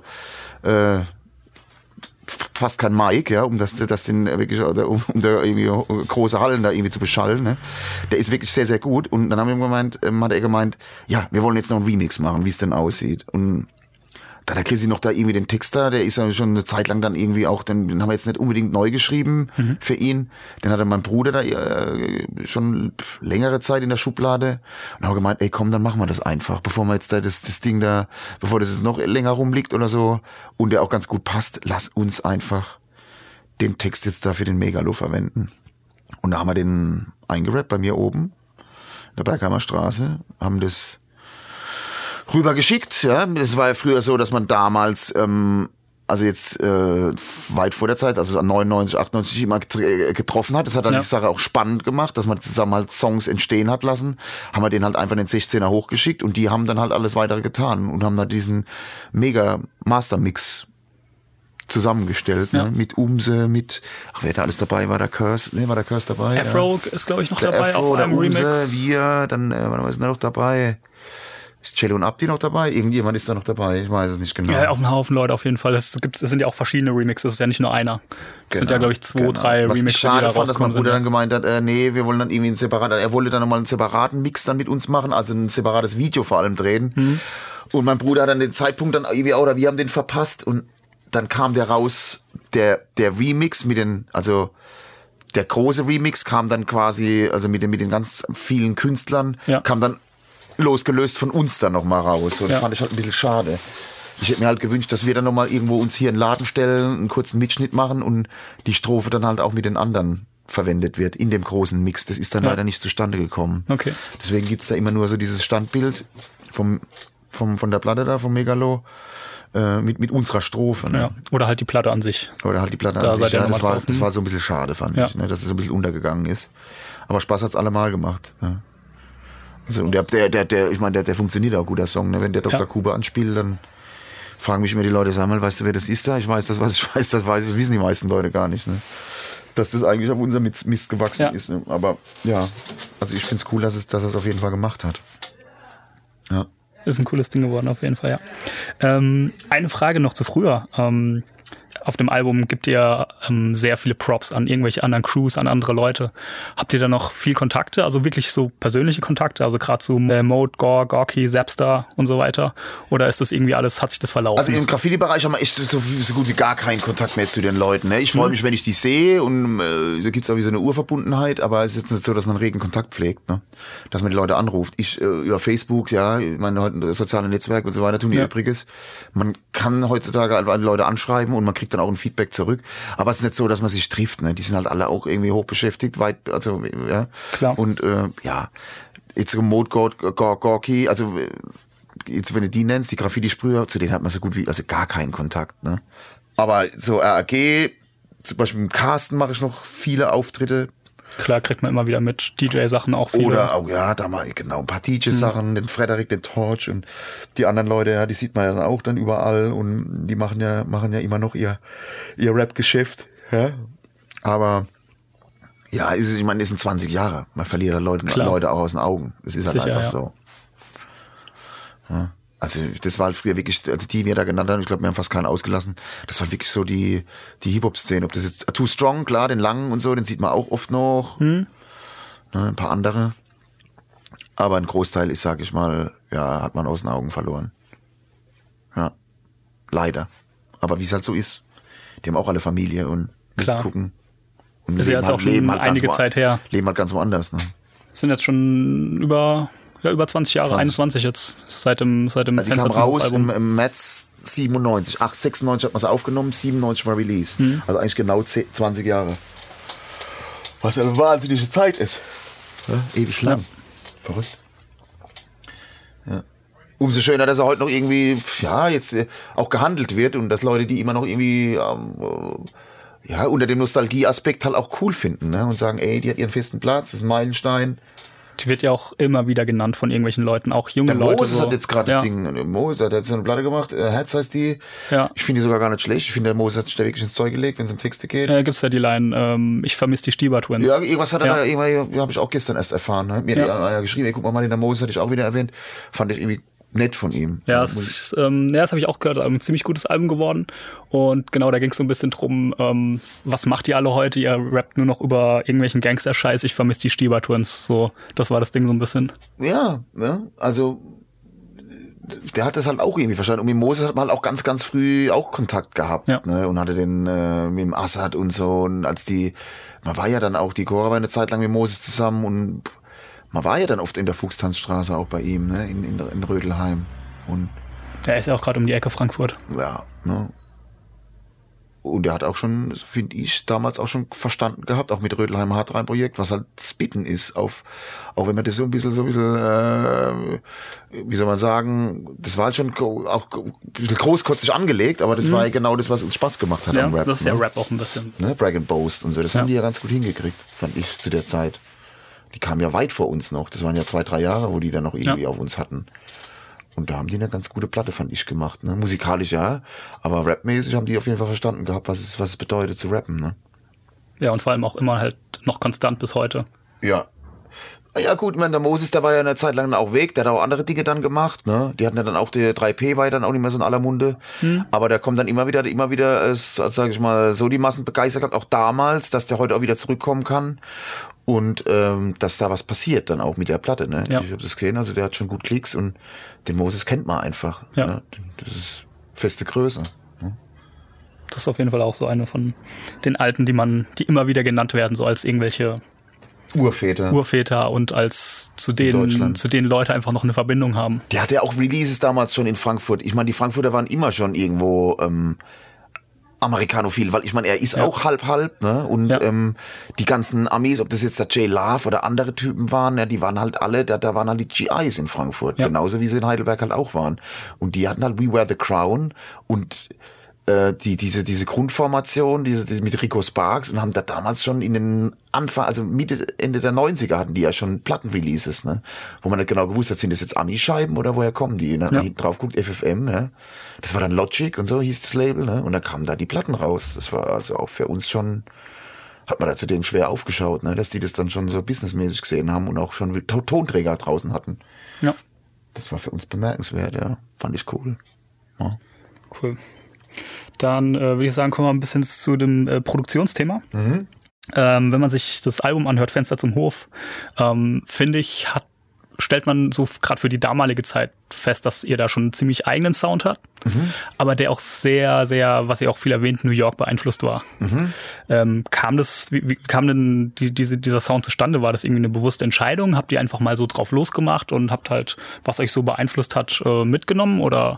fast kein Mic, ja, um das den wirklich, um da irgendwie große Hallen da irgendwie zu beschallen, ne? Der ist wirklich sehr, sehr gut. Und dann hat er gemeint, ja, wir wollen jetzt noch einen Remix machen, wie es denn aussieht. Und da der Chrissy noch da irgendwie den Text da, der ist ja schon eine Zeit lang dann irgendwie auch, den haben wir jetzt nicht unbedingt neu geschrieben für ihn. Den hatte mein Bruder da schon längere Zeit in der Schublade und haben gemeint, ey komm, dann machen wir das einfach, bevor wir jetzt da das Ding da, bevor das jetzt noch länger rumliegt oder so und der auch ganz gut passt, lass uns einfach den Text jetzt da für den Megalo verwenden. Und da haben wir den eingerappt bei mir oben in der Bergheimer Straße, haben das rübergeschickt, ja. Das war ja früher so, dass man damals, also jetzt weit vor der Zeit, also 99, 98 immer getroffen hat. Das hat halt die Sache auch spannend gemacht, dass man zusammen halt Songs entstehen hat lassen. Haben wir den halt einfach in den 16er hochgeschickt und die haben dann halt alles weitere getan und haben da diesen mega Mastermix zusammengestellt, ne? Mit Umse, wer da alles dabei war, der Curse dabei? Afro ist, glaube ich, noch dabei Afro, auf einem Umse, Remix. wir, dann, was ist da noch dabei? Ist Cello und Abdi noch dabei? Irgendjemand ist da noch dabei, ich weiß es nicht genau. Ja, auf einen Haufen Leute auf jeden Fall. Es sind ja auch verschiedene Remixes, es ist ja nicht nur einer. Es sind ja, glaube ich, 2, 3 Was Remixes, ich schade die da fand, dass mein rauskommen. Bruder dann gemeint hat, nee, wir wollen dann irgendwie er wollte dann nochmal einen separaten Mix dann mit uns machen, also ein separates Video vor allem drehen. Und mein Bruder hat dann den Zeitpunkt dann irgendwie oder wir haben den verpasst und dann kam der raus, der Remix also der große Remix kam dann quasi, also mit den ganz vielen Künstlern, kam dann losgelöst von uns dann nochmal raus. So, das fand ich halt ein bisschen schade. Ich hätte mir halt gewünscht, dass wir dann nochmal irgendwo uns hier in den Laden stellen, einen kurzen Mitschnitt machen und die Strophe dann halt auch mit den anderen verwendet wird in dem großen Mix. Das ist dann leider nicht zustande gekommen. Okay. Deswegen gibt's da immer nur so dieses Standbild von der Platte da, vom Megalo, mit unserer Strophe. Ne? Ja. Oder halt die Platte an sich. Oder halt die Platte Da an sich. seid ihr Ja, nochmal drauf, das war so ein bisschen schade, fand ich, ne? Dass es so ein bisschen untergegangen ist. Aber Spaß hat's allemal gemacht. Ne? Also, und der funktioniert auch gut, der Song. Ne? Wenn der Dr. Kuba anspielt, dann fragen mich immer die Leute, sag mal, weißt du, wer das ist da? Ich weiß das, was ich weiß, das wissen die meisten Leute gar nicht. Ne? Dass das eigentlich auf unser Mist gewachsen ist. Ne? Aber ja, also ich find's cool, dass es auf jeden Fall gemacht hat. Ja. Ist ein cooles Ding geworden, auf jeden Fall, ja. Eine Frage noch zu früher. Auf dem Album gibt ihr sehr viele Props an irgendwelche anderen Crews, an andere Leute. Habt ihr da noch viel Kontakte, also wirklich so persönliche Kontakte, also gerade zu Mode, Gore, Gorky, Zapstar und so weiter? Oder ist das irgendwie alles, hat sich das verlaufen? Also im Graffiti-Bereich haben wir echt so gut wie gar keinen Kontakt mehr zu den Leuten. Ne? Ich freue mich, wenn ich die sehe und da gibt's auch wie so eine Urverbundenheit, aber es ist jetzt nicht so, dass man regen Kontakt pflegt, ne? Dass man die Leute anruft. Ich über Facebook, ja, ich meine heute das soziale Netzwerk und so weiter tun die Übriges. Man kann heutzutage einfach Leute anschreiben und man kriegt dann auch ein Feedback zurück. Aber es ist nicht so, dass man sich trifft. Ne? Die sind halt alle auch irgendwie hochbeschäftigt, also ja. Klar. Und jetzt so Mode, Gorky, also jetzt wenn du die nennst, die Graffiti-Sprüher, zu denen hat man so gut wie, also gar keinen Kontakt. Ne? Aber so RAG, zum Beispiel mit Carsten mache ich noch viele Auftritte. Klar, kriegt man immer wieder mit DJ-Sachen auch viele. Oder auch, ja, da mal genau ein paar DJ-Sachen, den Frederik, den Torch und die anderen Leute, ja, die sieht man ja dann auch dann überall und die machen ja immer noch ihr Rap-Geschäft. Ja. Aber ja, ich meine, es sind 20 Jahre. Man verliert Leute auch aus den Augen. Es ist halt Sicher, einfach so. Ja. Also das war halt früher wirklich, also die wir da genannt haben, ich glaube, wir haben fast keinen ausgelassen. Das war wirklich so die Hip-Hop-Szene. Ob das jetzt Too Strong, klar, den langen und so, den sieht man auch oft noch. Ne, ein paar andere. Aber ein Großteil ist, sag ich mal, ja, hat man aus den Augen verloren. Ja, leider. Aber wie es halt so ist, die haben auch alle Familie und müssen gucken. Und ist ja jetzt auch schon einige Zeit her. Leben halt ganz woanders. Ne? Das sind jetzt schon über 20 Jahre, 21 jetzt, seit dem also Fenster die kam zum raus Album. im März 97. 96 hat man sie aufgenommen, 97 war Release. Also eigentlich genau 20 Jahre. Was eine wahnsinnige Zeit ist. Ja, ewig lang. Verrückt. Ja. Umso schöner, dass er heute noch irgendwie, ja, jetzt auch gehandelt wird und dass Leute, die immer noch irgendwie ja, unter dem Nostalgie-Aspekt halt auch cool finden, ne? Und sagen, ey, die hat ihren festen Platz, das ist ein Meilenstein. Die wird ja auch immer wieder genannt von irgendwelchen Leuten, auch junge Leute. Moses so. hat jetzt gerade das Ding, Moses hat jetzt eine Platte gemacht, Herz heißt die. Ja. Ich finde die sogar gar nicht schlecht. Ich finde, der Moses hat sich da wirklich ins Zeug gelegt, wenn es um Texte geht. Gibt's ja die Line, ich vermisse die Stieber-Twins. Ja, irgendwas hat er da, irgendwann, habe ich auch gestern erst erfahren. Ne? Mir hat einer geschrieben, ey, guck mal, den Moses hatte ich auch wieder erwähnt. Fand ich irgendwie nett von ihm. Ja, das habe ich auch gehört, ein ziemlich gutes Album geworden. Und genau, da ging es so ein bisschen drum, was macht ihr alle heute? Ihr rappt nur noch über irgendwelchen Gangster-Scheiß, ich vermisse die Stieber-Twins. So, das war das Ding so ein bisschen. Ja, ne? Also der hat das halt auch irgendwie verstanden. Und mit Moses hat man halt auch ganz, ganz früh auch Kontakt gehabt. Ja. Ne? Und hatte den mit dem Assad und so. Und man war ja dann auch, die Cora war eine Zeit lang mit Moses zusammen und man war ja dann oft in der Fuchstanzstraße auch bei ihm, ne? in Rödelheim. Und er ist ja auch gerade um die Ecke Frankfurt. Ja, ne? Und er hat auch schon, finde ich, damals auch schon verstanden gehabt, auch mit Rödelheim Hardline-Projekt, was halt Spitten ist, auch wenn man das so ein bisschen, wie soll man sagen, das war halt schon auch ein bisschen großkotzig angelegt, aber das war ja genau das, was uns Spaß gemacht hat am Rap. Das ist ja Rap auch ein bisschen. Ne? Brag and Boast und so, das haben die ja ganz gut hingekriegt, fand ich zu der Zeit. Die kamen ja weit vor uns noch. Das waren ja 2-3 Jahre, wo die dann noch irgendwie auf uns hatten. Und da haben die eine ganz gute Platte, fand ich, gemacht. Ne? Musikalisch ja, aber rapmäßig haben die auf jeden Fall verstanden gehabt, was es bedeutet zu rappen. Ne? Ja, und vor allem auch immer halt noch konstant bis heute. Ja. Ja gut, der Moses, der war ja eine Zeit lang auch weg, der hat auch andere Dinge dann gemacht, ne? Die hatten ja dann auch, die 3P war ja dann auch nicht mehr so in aller Munde. Aber der kommt dann immer wieder, sag ich mal, so die Massen begeistert hat, auch damals, dass der heute auch wieder zurückkommen kann. Und dass da was passiert dann auch mit der Platte, ne? Ja. Ich habe das gesehen, also der hat schon gut Klicks und den Moses kennt man einfach. Ja. Ne? Das ist feste Größe. Ne? Das ist auf jeden Fall auch so eine von den Alten, die immer wieder genannt werden, so als irgendwelche Urväter und als zu denen Leute einfach noch eine Verbindung haben. Der hatte ja auch Releases damals schon in Frankfurt. Ich meine, die Frankfurter waren immer schon irgendwo amerikanophil, weil ich meine, er ist auch halb, ne? Und die ganzen Amis, ob das jetzt der J Love oder andere Typen waren, ja, die waren halt alle, da waren halt die GIs in Frankfurt, genauso wie sie in Heidelberg halt auch waren. Und die hatten halt We Wear the Crown und diese Grundformation, diese mit Rico Sparks und haben da damals schon in den Anfang, also Ende der 90er hatten die ja schon Plattenreleases, ne? Wo man nicht genau gewusst hat, sind das jetzt Ami-Scheiben oder woher kommen die? Und dann hinten drauf guckt, FFM, ja? Das war dann Logic und so hieß das Label, ne? Und da kamen da die Platten raus. Das war also auch für uns schon, hat man da zudem schwer aufgeschaut, ne? Dass die das dann schon so businessmäßig gesehen haben und auch schon Tonträger draußen hatten. Ja. Das war für uns bemerkenswert, ja. Fand ich cool. Ja. Cool. Dann würde ich sagen, kommen wir ein bisschen zu dem Produktionsthema. Wenn man sich das Album anhört, Fenster zum Hof, finde ich, stellt man so gerade für die damalige Zeit fest, dass ihr da schon einen ziemlich eigenen Sound habt, aber der auch sehr, sehr, was ihr auch viel erwähnt, New York beeinflusst war. Wie kam denn dieser Sound zustande? War das irgendwie eine bewusste Entscheidung? Habt ihr einfach mal so drauf losgemacht und habt halt, was euch so beeinflusst hat, mitgenommen? Oder?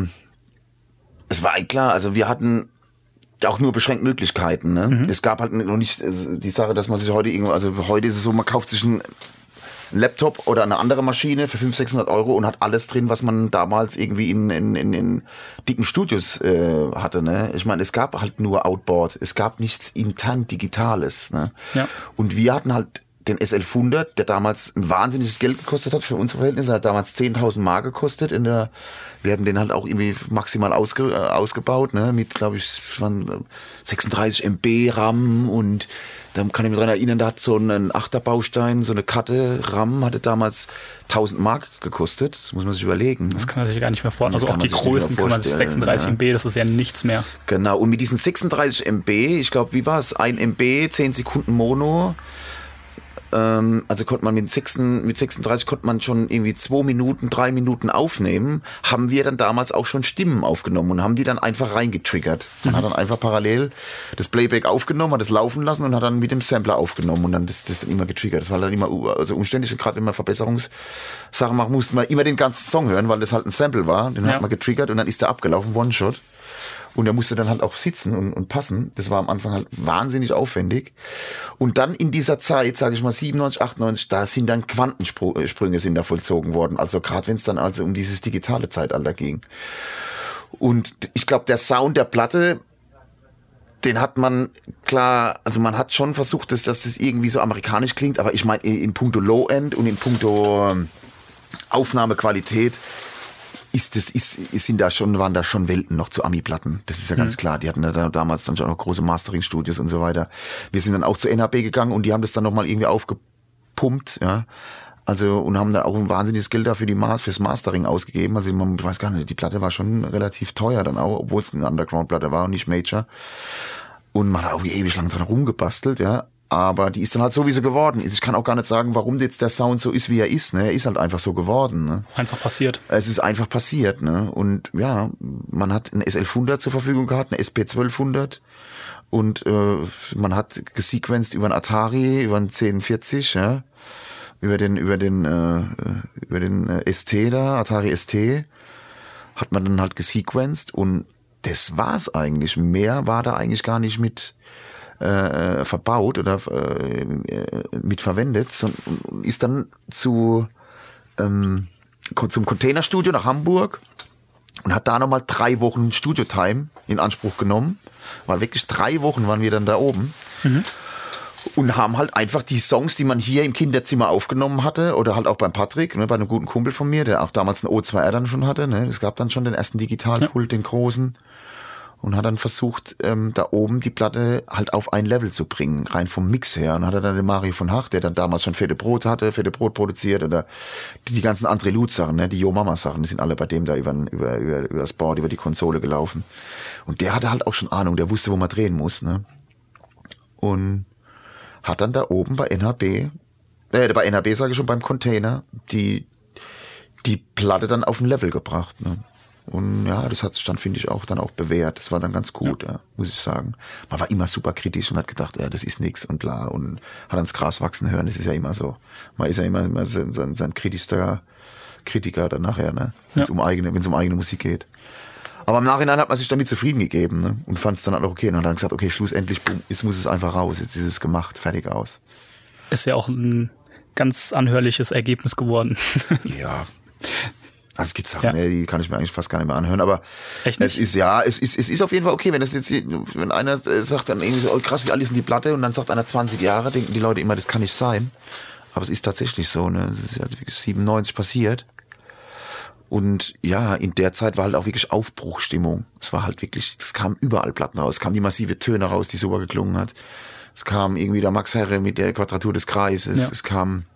Es war klar, also wir hatten auch nur beschränkt Möglichkeiten. Ne? Es gab halt noch nicht die Sache, dass man sich heute heute ist es so, man kauft sich einen Laptop oder eine andere Maschine für 500-600 Euro und hat alles drin, was man damals irgendwie in dicken Studios hatte. Ne? Ich meine, es gab halt nur Outboard, es gab nichts intern Digitales. Ne? Ja. Und wir hatten halt den SL100, der damals ein wahnsinniges Geld gekostet hat für unsere Verhältnisse, hat damals 10.000 Mark gekostet. Wir haben den halt auch irgendwie maximal ausgebaut, ne, mit, glaube ich, 36 MB RAM und da kann ich mich dran erinnern, da hat so ein 8er Baustein, so eine Karte RAM hatte damals 1.000 Mark gekostet. Das muss man sich überlegen. Ne? Das kann man sich gar nicht mehr vorstellen. Also auch die Größen kann man sich 36 MB, das ist ja nichts mehr. Genau, und mit diesen 36 MB, ich glaube, wie war es? 1 MB, 10 Sekunden Mono. Also konnte man mit 36 konnte man schon irgendwie 2 Minuten, 3 Minuten aufnehmen, haben wir dann damals auch schon Stimmen aufgenommen und haben die dann einfach reingetriggert. Man hat dann einfach parallel das Playback aufgenommen, hat es laufen lassen und hat dann mit dem Sampler aufgenommen und dann das dann immer getriggert. Das war dann immer also umständlich, und gerade wenn man Verbesserungssachen machen musste, man immer den ganzen Song hören, weil das halt ein Sample war. Den hat man getriggert und dann ist der abgelaufen, One-Shot. Und er musste dann halt auch sitzen und passen. Das war am Anfang halt wahnsinnig aufwendig. Und dann in dieser Zeit, sage ich mal 97, 98, da sind dann Quantensprünge sind da vollzogen worden. Also gerade wenn es dann also um dieses digitale Zeitalter ging. Und ich glaube, der Sound der Platte, Den hat man, klar, also man hat schon versucht, dass das irgendwie so amerikanisch klingt, aber ich meine, in puncto Low-End und in puncto Aufnahmequalität waren da schon Welten noch zu Ami-Platten. Das ist ja ganz klar. Die hatten ja damals dann schon noch große Mastering-Studios und so weiter. Wir sind dann auch zu NHB gegangen und die haben das dann nochmal irgendwie aufgepumpt, ja. Also, und haben dann auch ein wahnsinniges Geld dafür fürs Mastering ausgegeben. Also, ich weiß gar nicht, die Platte war schon relativ teuer dann auch, obwohl es eine Underground-Platte war und nicht Major. Und man hat auch ewig lang dran rumgebastelt, ja. Aber die ist dann halt so, wie sie geworden ist. Ich kann auch gar nicht sagen, warum jetzt der Sound so ist, wie er ist, ne. Er ist halt einfach so geworden, ne. Einfach passiert. Es ist einfach passiert, ne. Und ja, man hat eine S1100 zur Verfügung gehabt, eine SP1200. Und man hat gesequenced über einen Atari, über einen 1040, ja. Über den ST da, Atari ST, hat man dann halt gesequenced und das war's eigentlich. Mehr war da eigentlich gar nicht mit verbaut oder mit verwendet, sondern ist dann zum Containerstudio nach Hamburg und hat da nochmal 3 Wochen Studio-Time in Anspruch genommen. Weil wirklich 3 Wochen waren wir dann da oben. Und haben halt einfach die Songs, die man hier im Kinderzimmer aufgenommen hatte, oder halt auch beim Patrick, ne, bei einem guten Kumpel von mir, der auch damals einen O2R dann schon hatte, ne, es gab dann schon den ersten Digitalpult, den großen, und hat dann versucht, da oben die Platte halt auf ein Level zu bringen, rein vom Mix her. Und hat er dann den Mario von Hach, der dann damals schon Fette Brot produziert, oder die ganzen André Lutz-Sachen, ne, die Yo-Mama-Sachen, die sind alle bei dem da über das Board, über die Konsole gelaufen. Und der hatte halt auch schon Ahnung, der wusste, wo man drehen muss, ne. Und hat dann da oben bei NHB sage ich schon, beim Container, die Platte dann auf ein Level gebracht, ne. Und ja, das hat sich dann, finde ich, auch dann auch bewährt. Das war dann ganz gut, ja, muss ich sagen. Man war immer super kritisch und hat gedacht, ja, das ist nix und bla, und hat ans Gras wachsen hören, das ist ja immer so. Man ist ja immer sein kritischster Kritiker dann nachher, ne, wenn es um eigene Musik geht. Aber im Nachhinein hat man sich damit zufrieden gegeben, ne? Und fand es dann auch okay. Und hat dann gesagt, okay, schlussendlich, boom, jetzt muss es einfach raus, jetzt ist es gemacht, fertig aus. Ist ja auch ein ganz anhörliches Ergebnis geworden. Ja. Also es gibt Sachen, die kann ich mir eigentlich fast gar nicht mehr anhören, aber echt nicht? es ist auf jeden Fall okay, wenn einer sagt dann irgendwie so, oh krass, wie alt ist denn die Platte? Und dann sagt einer 20 Jahre, denken die Leute immer, das kann nicht sein. Aber es ist tatsächlich so, ne? Das ist ja 97 passiert. Und ja, in der Zeit war halt auch wirklich Aufbruchstimmung. Es war halt wirklich, es kam überall Platten raus. Es kam die massive Töne raus, die super geklungen hat. Es kam irgendwie der Max Herre mit der Quadratur des Kreises. Ja. Es kam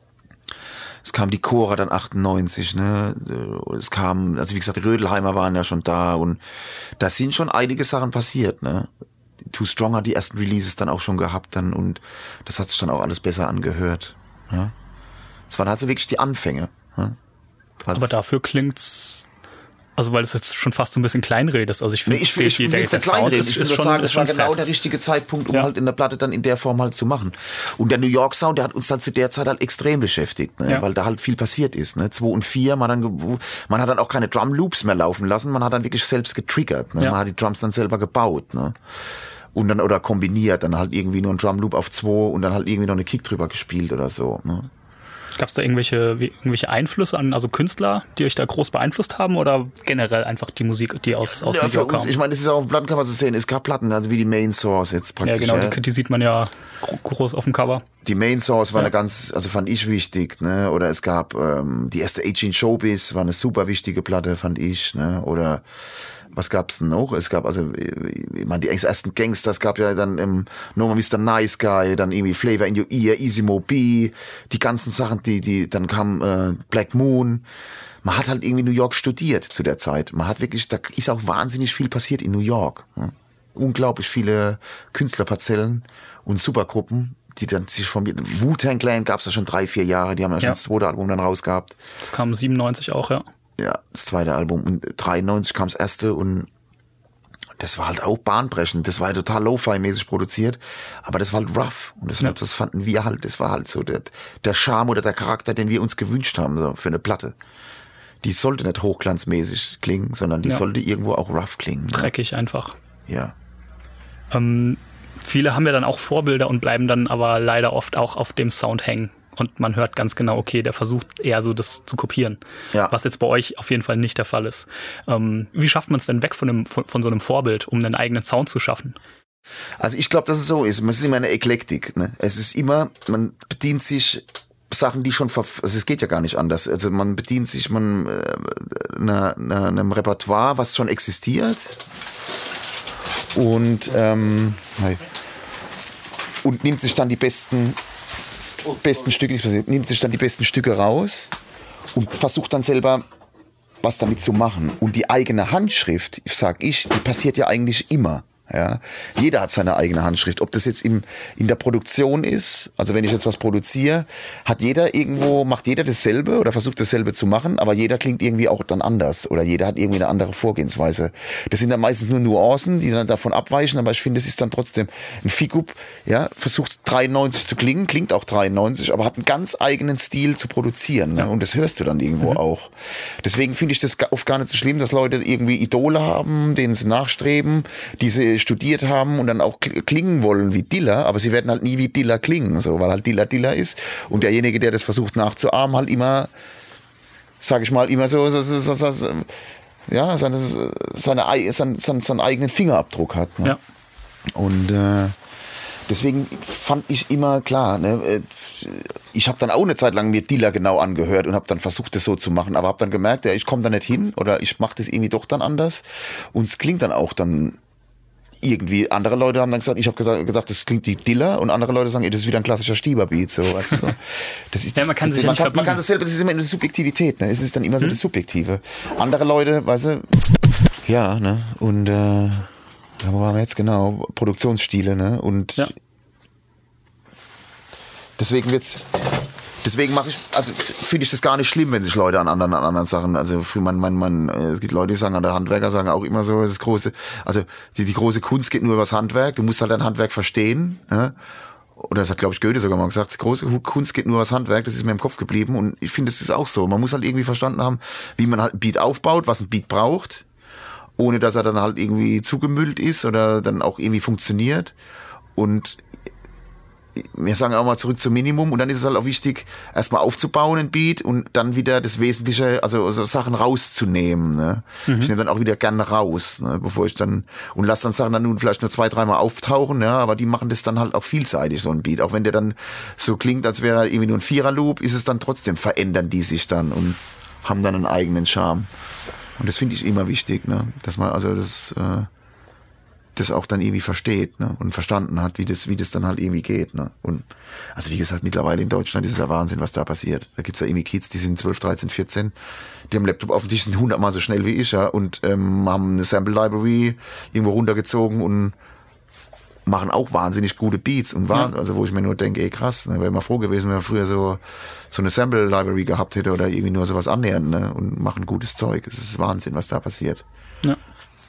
die Cora dann 98, ne. Es kam, also wie gesagt, die Rödelheimer waren ja schon da und da sind schon einige Sachen passiert, ne. Too Strong hat die ersten Releases dann auch schon gehabt dann und das hat sich dann auch alles besser angehört, ja. Es waren halt so wirklich die Anfänge, ja? Aber dafür klingt's, also weil du es jetzt schon fast so ein bisschen kleinredest. Also ich finde, ich will es kleinreden. Ich würde sagen, es war genau der richtige Zeitpunkt, um halt in der Platte dann in der Form halt zu machen. Und der New York Sound, der hat uns dann zu der Zeit halt extrem beschäftigt, ne? Weil da halt viel passiert ist, ne? 2 und 4, man hat dann auch keine Drum Loops mehr laufen lassen, man hat dann wirklich selbst getriggert, ne? Man hat die Drums dann selber gebaut, ne? Und dann, oder kombiniert, dann halt irgendwie nur ein Drum Loop auf 2 und dann halt irgendwie noch eine Kick drüber gespielt oder so, ne? Gab es da irgendwelche Einflüsse an, also Künstler, die euch da groß beeinflusst haben, oder generell einfach die Musik, die aus New York kam? Ich meine, das ist auch auf dem Plattencover zu sehen. Es gab Platten, also wie die Main Source jetzt praktisch. Ja, genau, die sieht man ja groß auf dem Cover. Die Main Source war fand ich wichtig, ne? Oder es gab die erste Aging Showbiz, war eine super wichtige Platte, fand ich, ne? Oder was gab's denn noch? Es gab also, ich meine, die ersten Gangsters, gab ja dann No More Mr. Nice Guy, dann irgendwie Flavor in Your Ear, Easy Mo B, die ganzen Sachen, die dann kam Black Moon. Man hat halt irgendwie New York studiert zu der Zeit. Man hat wirklich, da ist auch wahnsinnig viel passiert in New York. Ne? Unglaublich viele Künstlerparzellen und Supergruppen, die dann sich von Wu-Tang Clan gab's ja schon 3-4 Jahre, die haben ja schon das 2. Album dann rausgehabt. Das kam 97 auch, ja. Ja, das 2. Album. Und 93 kam das erste und das war halt auch bahnbrechend. Das war ja total Lo-Fi-mäßig produziert, aber das war halt rough. Und das fanden wir halt, das war halt so der Charme oder der Charakter, den wir uns gewünscht haben, so für eine Platte. Die sollte nicht hochglanzmäßig klingen, sondern die sollte irgendwo auch rough klingen. Dreckig einfach. Ja. Viele haben ja dann auch Vorbilder und bleiben dann aber leider oft auch auf dem Sound hängen. Und man hört ganz genau, okay, der versucht eher so das zu kopieren. Ja. Was jetzt bei euch auf jeden Fall nicht der Fall ist. Wie schafft man es denn weg von so einem Vorbild, um einen eigenen Sound zu schaffen? Also ich glaube, dass es so ist. Es ist immer eine Eklektik. Ne? Es ist immer, man bedient sich Sachen, die schon, also es geht ja gar nicht anders. Also man bedient sich einem Repertoire, was schon existiert. Und nimmt sich dann die besten Stücke raus und versucht dann selber was damit zu machen. Und die eigene Handschrift, die passiert ja eigentlich immer. Ja, jeder hat seine eigene Handschrift. Ob das jetzt in der Produktion ist, also wenn ich jetzt was produziere, macht jeder dasselbe oder versucht dasselbe zu machen, aber jeder klingt irgendwie auch dann anders oder jeder hat irgendwie eine andere Vorgehensweise. Das sind dann meistens nur Nuancen, die dann davon abweichen, aber ich finde, es ist dann trotzdem ein Figup, ja, versucht 93 zu klingen, klingt auch 93, aber hat einen ganz eigenen Stil zu produzieren, ne? Und das hörst du dann irgendwo auch. Deswegen finde ich das oft gar nicht so schlimm, dass Leute irgendwie Idole haben, denen sie nachstreben, diese studiert haben und dann auch klingen wollen wie Dilla, aber sie werden halt nie wie Dilla klingen, so, weil halt Dilla ist und derjenige, der das versucht nachzuahmen, halt immer, sag ich mal, immer so ja, seinen eigenen Fingerabdruck hat. Ne? Ja. Und deswegen fand ich immer klar, ne, ich habe dann auch eine Zeit lang mir Dilla genau angehört und habe dann versucht, das so zu machen, aber habe dann gemerkt, ja, ich komme da nicht hin oder ich mache das irgendwie doch dann anders und es klingt dann auch dann irgendwie, andere Leute haben dann gesagt, ich habe gedacht, das klingt wie Dilla und andere Leute sagen, das ist wieder ein klassischer Stieberbeat, so, weißt du, so. Das ist, ja, man kann das selber, das ist immer eine Subjektivität, ne? Es ist dann immer so das Subjektive. Andere Leute, weißt du, ja, ne, und wo waren wir jetzt genau? Produktionsstile, ne, und ja. Deswegen finde ich das gar nicht schlimm, wenn sich Leute an anderen Sachen, also es gibt Leute, die sagen, der Handwerker sagen auch immer so, das große, also die große Kunst geht nur über das Handwerk, du musst halt dein Handwerk verstehen, ja? Oder das hat, glaube ich, Goethe sogar mal gesagt, die große Kunst geht nur über das Handwerk, das ist mir im Kopf geblieben und ich finde, das ist auch so, man muss halt irgendwie verstanden haben, wie man halt ein Beat aufbaut, was ein Beat braucht, ohne dass er dann halt irgendwie zugemüllt ist oder dann auch irgendwie funktioniert und wir sagen auch mal zurück zum Minimum und dann ist es halt auch wichtig, erstmal aufzubauen, ein Beat und dann wieder das Wesentliche, also Sachen rauszunehmen. Ne? Ich nehme dann auch wieder gerne raus, ne? Bevor ich dann, und lasse dann Sachen dann nun vielleicht nur 2-3 Mal auftauchen, ja, aber die machen das dann halt auch vielseitig, so ein Beat. Auch wenn der dann so klingt, als wäre er irgendwie nur ein Vierer-Loop, ist es dann trotzdem, verändern die sich dann und haben dann einen eigenen Charme. Und das finde ich immer wichtig, ne? Dass man also das auch dann irgendwie versteht, ne? Und verstanden hat, wie das dann halt irgendwie geht, ne? Und also wie gesagt, mittlerweile in Deutschland ist es ja Wahnsinn, was da passiert. Da gibt's ja irgendwie Kids, die sind 12, 13, 14, die haben einen Laptop auf dem Tisch, sind 100-mal so schnell wie ich, ja, und haben eine Sample Library irgendwo runtergezogen und machen auch wahnsinnig gute Beats und also wo ich mir nur denke, ey krass, ne? Wäre mal froh gewesen, wenn man früher so eine Sample Library gehabt hätte oder irgendwie nur sowas annähernd, ne? Und machen gutes Zeug. Es ist Wahnsinn, was da passiert. Ja.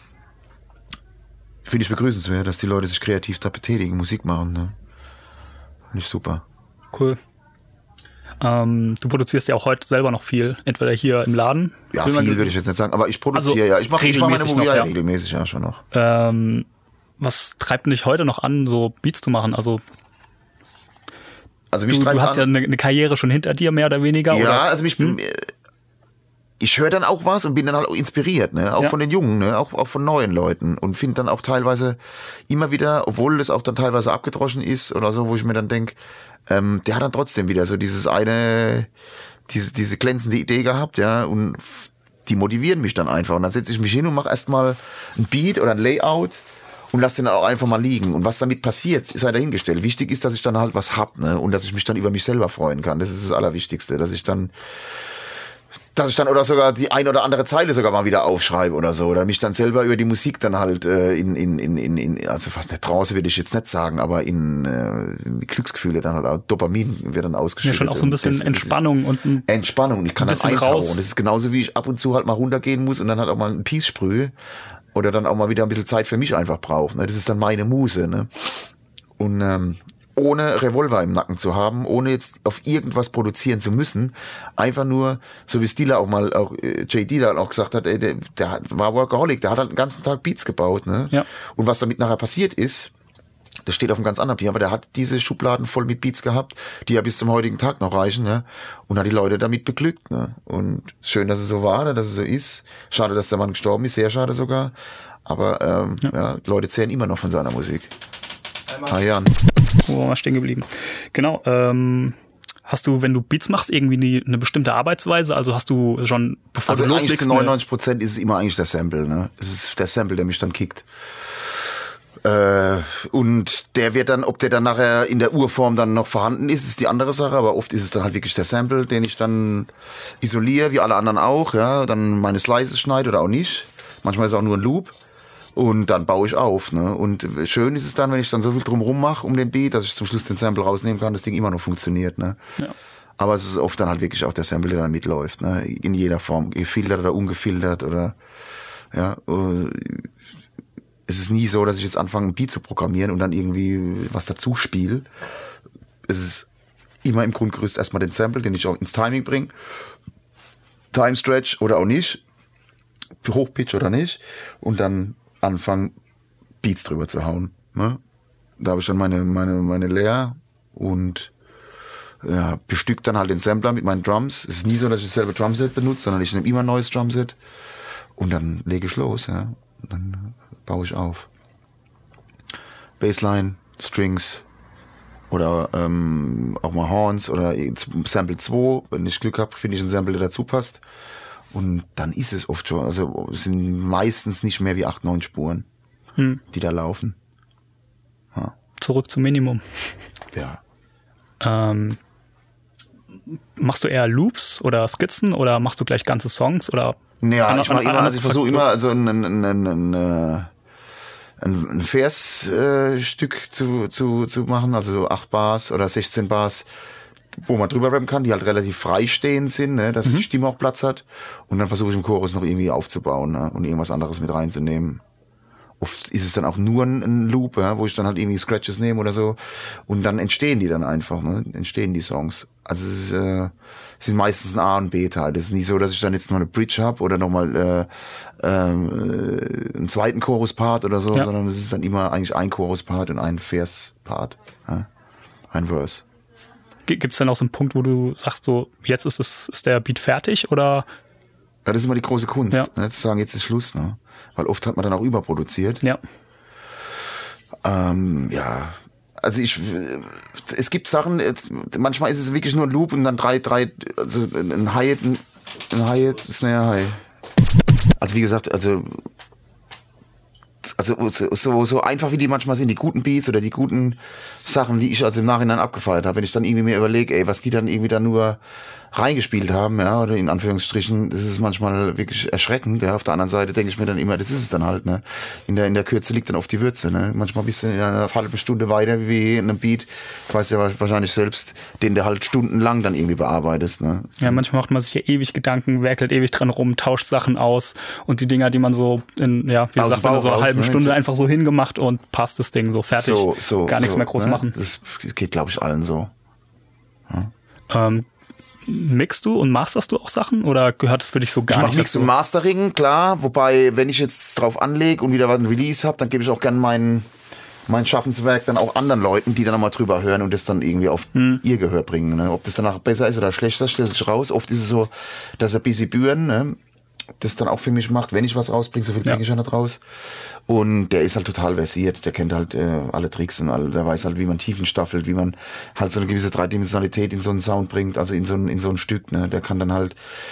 Finde ich begrüßenswert, dass die Leute sich kreativ da betätigen, Musik machen. Ne? Finde ich super. Cool. Du produzierst ja auch heute selber noch viel, entweder hier im Laden. Ja, viel würde ich jetzt nicht sagen, aber ich produziere, also, ja. Ich mache meine Musik regelmäßig, ja, schon noch. Was treibt dich heute noch an, so Beats zu machen? Also mich du hast ja eine Karriere schon hinter dir, mehr oder weniger. Ja, oder? Also ich höre dann auch was und bin dann halt auch inspiriert, ne? Auch von den Jungen, ne? Auch von neuen Leuten und finde dann auch teilweise immer wieder, obwohl das auch dann teilweise abgedroschen ist oder so, wo ich mir dann denke, der hat dann trotzdem wieder so diese glänzende Idee gehabt, ja, und die motivieren mich dann einfach und dann setze ich mich hin und mache erstmal ein Beat oder ein Layout und lass den dann auch einfach mal liegen und was damit passiert, sei dahingestellt. Wichtig ist, dass ich dann halt was hab, ne? Und dass ich mich dann über mich selber freuen kann. Das ist das Allerwichtigste, dass ich dann oder sogar die ein oder andere Zeile sogar mal wieder aufschreibe oder so, oder mich dann selber über die Musik dann halt also fast eine Trance würde ich jetzt nicht sagen, aber in Glücksgefühle dann halt auch, Dopamin wird dann ausgeschüttet. Ja, schon auch so ein bisschen Entspannung und Entspannung, ich kann dann eintauchen. Das ist genauso wie ich ab und zu halt mal runtergehen muss und dann halt auch mal ein Peace sprühe oder dann auch mal wieder ein bisschen Zeit für mich einfach brauche, ne? Das ist dann meine Muse, ne? Und ohne Revolver im Nacken zu haben, ohne jetzt auf irgendwas produzieren zu müssen, einfach nur, so wie es Dilla auch J. Dilla auch gesagt hat, ey, der war Workaholic, der hat halt den ganzen Tag Beats gebaut, ne? Ja. Und was damit nachher passiert ist, das steht auf einem ganz anderen Bier, aber der hat diese Schubladen voll mit Beats gehabt, die ja bis zum heutigen Tag noch reichen, ne? Und hat die Leute damit beglückt, ne? Und schön, dass es so war, ne? Dass es so ist. Schade, dass der Mann gestorben ist, sehr schade sogar. Aber Leute zehren immer noch von seiner Musik. Jan. Wo waren wir stehen geblieben? Genau, hast du, wenn du Beats machst, irgendwie eine bestimmte Arbeitsweise? Also hast du schon, bevor Also du eigentlich loslegst... zu 99% ist es immer eigentlich der Sample, ne? Es ist der Sample, der mich dann kickt. Und der wird dann, ob der dann nachher in der Urform dann noch vorhanden ist die andere Sache, aber oft ist es dann halt wirklich der Sample, den ich dann isoliere, wie alle anderen auch, ja, dann meine Slices schneide oder auch nicht. Manchmal ist es auch nur ein Loop. Und dann baue ich auf, ne? Und schön ist es dann, wenn ich dann so viel drumrum mache um den Beat, dass ich zum Schluss den Sample rausnehmen kann, das Ding immer noch funktioniert, ne? Ja. Aber es ist oft dann halt wirklich auch der Sample, der da mitläuft, ne? In jeder Form, gefiltert oder ungefiltert oder, ja, es ist nie so, dass ich jetzt anfange, ein Beat zu programmieren und dann irgendwie was dazu spiele. Es ist immer im Grundgerüst erstmal den Sample, den ich auch ins Timing bringe. Time Stretch oder auch nicht. Hochpitch oder nicht. Und dann anfangen, Beats drüber zu hauen. Ne? Da habe ich dann meine Layer und ja, bestückt dann halt den Sampler mit meinen Drums. Es ist nie so, dass ich dasselbe Drumset benutze, sondern ich nehme immer ein neues Drumset. Und dann lege ich los, ja. Und dann baue ich auf. Bassline, Strings oder auch mal Horns oder Sample 2. Wenn ich Glück habe, finde ich ein Sample, der dazu passt. Und dann ist es oft schon, also es sind meistens nicht mehr wie 8, 9 Spuren, die da laufen. Ja. Zurück zum Minimum. Ja. Machst du eher Loops oder Skizzen oder machst du gleich ganze Songs oder? Ja, ich versuche immer also ein Versstück zu machen, also so 8 Bars oder 16 Bars, wo man drüber rappen kann, die halt relativ freistehend sind, ne, dass die Stimme auch Platz hat. Und dann versuche ich im Chorus noch irgendwie aufzubauen, ne, und irgendwas anderes mit reinzunehmen. Oft ist es dann auch nur ein Loop, ja, wo ich dann halt irgendwie Scratches nehme oder so. Und dann entstehen die dann einfach, ne, entstehen die Songs. Also es sind meistens ein A- und B-Teil. Das ist nicht so, dass ich dann jetzt noch eine Bridge habe oder nochmal einen zweiten Chorus-Part oder so, sondern es ist dann immer eigentlich ein Chorus-Part und ein Vers-Part, ja, ein Verse. Gibt es dann auch so einen Punkt, wo du sagst, so jetzt ist der Beat fertig oder? Ja, das ist immer die große Kunst, ne, zu sagen, jetzt ist Schluss, ne? Weil oft hat man dann auch überproduziert. Ja. Ja, also es gibt Sachen, manchmal ist es wirklich nur ein Loop und dann drei, also ein Hi-Hat, Snare, Hi. Also wie gesagt, also so einfach wie die manchmal sind, die guten Beats oder die guten Sachen, die ich also im Nachhinein abgefeiert habe, wenn ich dann irgendwie mir überlege, ey, was die dann irgendwie da nur reingespielt haben, ja, oder in Anführungsstrichen, das ist manchmal wirklich erschreckend, ja. Auf der anderen Seite denke ich mir dann immer, das ist es dann halt, ne. In der Kürze liegt dann oft die Würze, ne. Manchmal bist du in einer halben Stunde weiter wie in einem Beat, ich weiß ja wahrscheinlich selbst, den du halt stundenlang dann irgendwie bearbeitest, ne. Ja, manchmal macht man sich ja ewig Gedanken, werkelt ewig dran rum, tauscht Sachen aus und die Dinger, die man so in, ja, wie du sagst, in so einer halben Stunde einfach so hingemacht und passt das Ding so fertig. Gar nichts mehr groß machen. Das geht, glaube ich, allen so. Ja. Mixst du und masterst du auch Sachen oder gehört es für dich so gar nicht? Ich mache Mix und Mastering, klar. Wobei, wenn ich jetzt drauf anlege und wieder was ein Release habe, dann gebe ich auch gerne mein Schaffenswerk dann auch anderen Leuten, die dann nochmal drüber hören und das dann irgendwie auf ihr Gehör bringen. Ne? Ob das danach besser ist oder schlechter, stellt sich raus. Oft ist es so, dass er Busy Bühren, ne, das dann auch für mich macht, wenn ich was rausbringe, so viel bringe ich ja nicht raus. Und der ist halt total versiert, der kennt halt alle Tricks und der weiß halt, wie man Tiefen staffelt, wie man halt so eine gewisse Dreidimensionalität in so einen Sound bringt, also in so ein Stück, ne? Der kann dann halt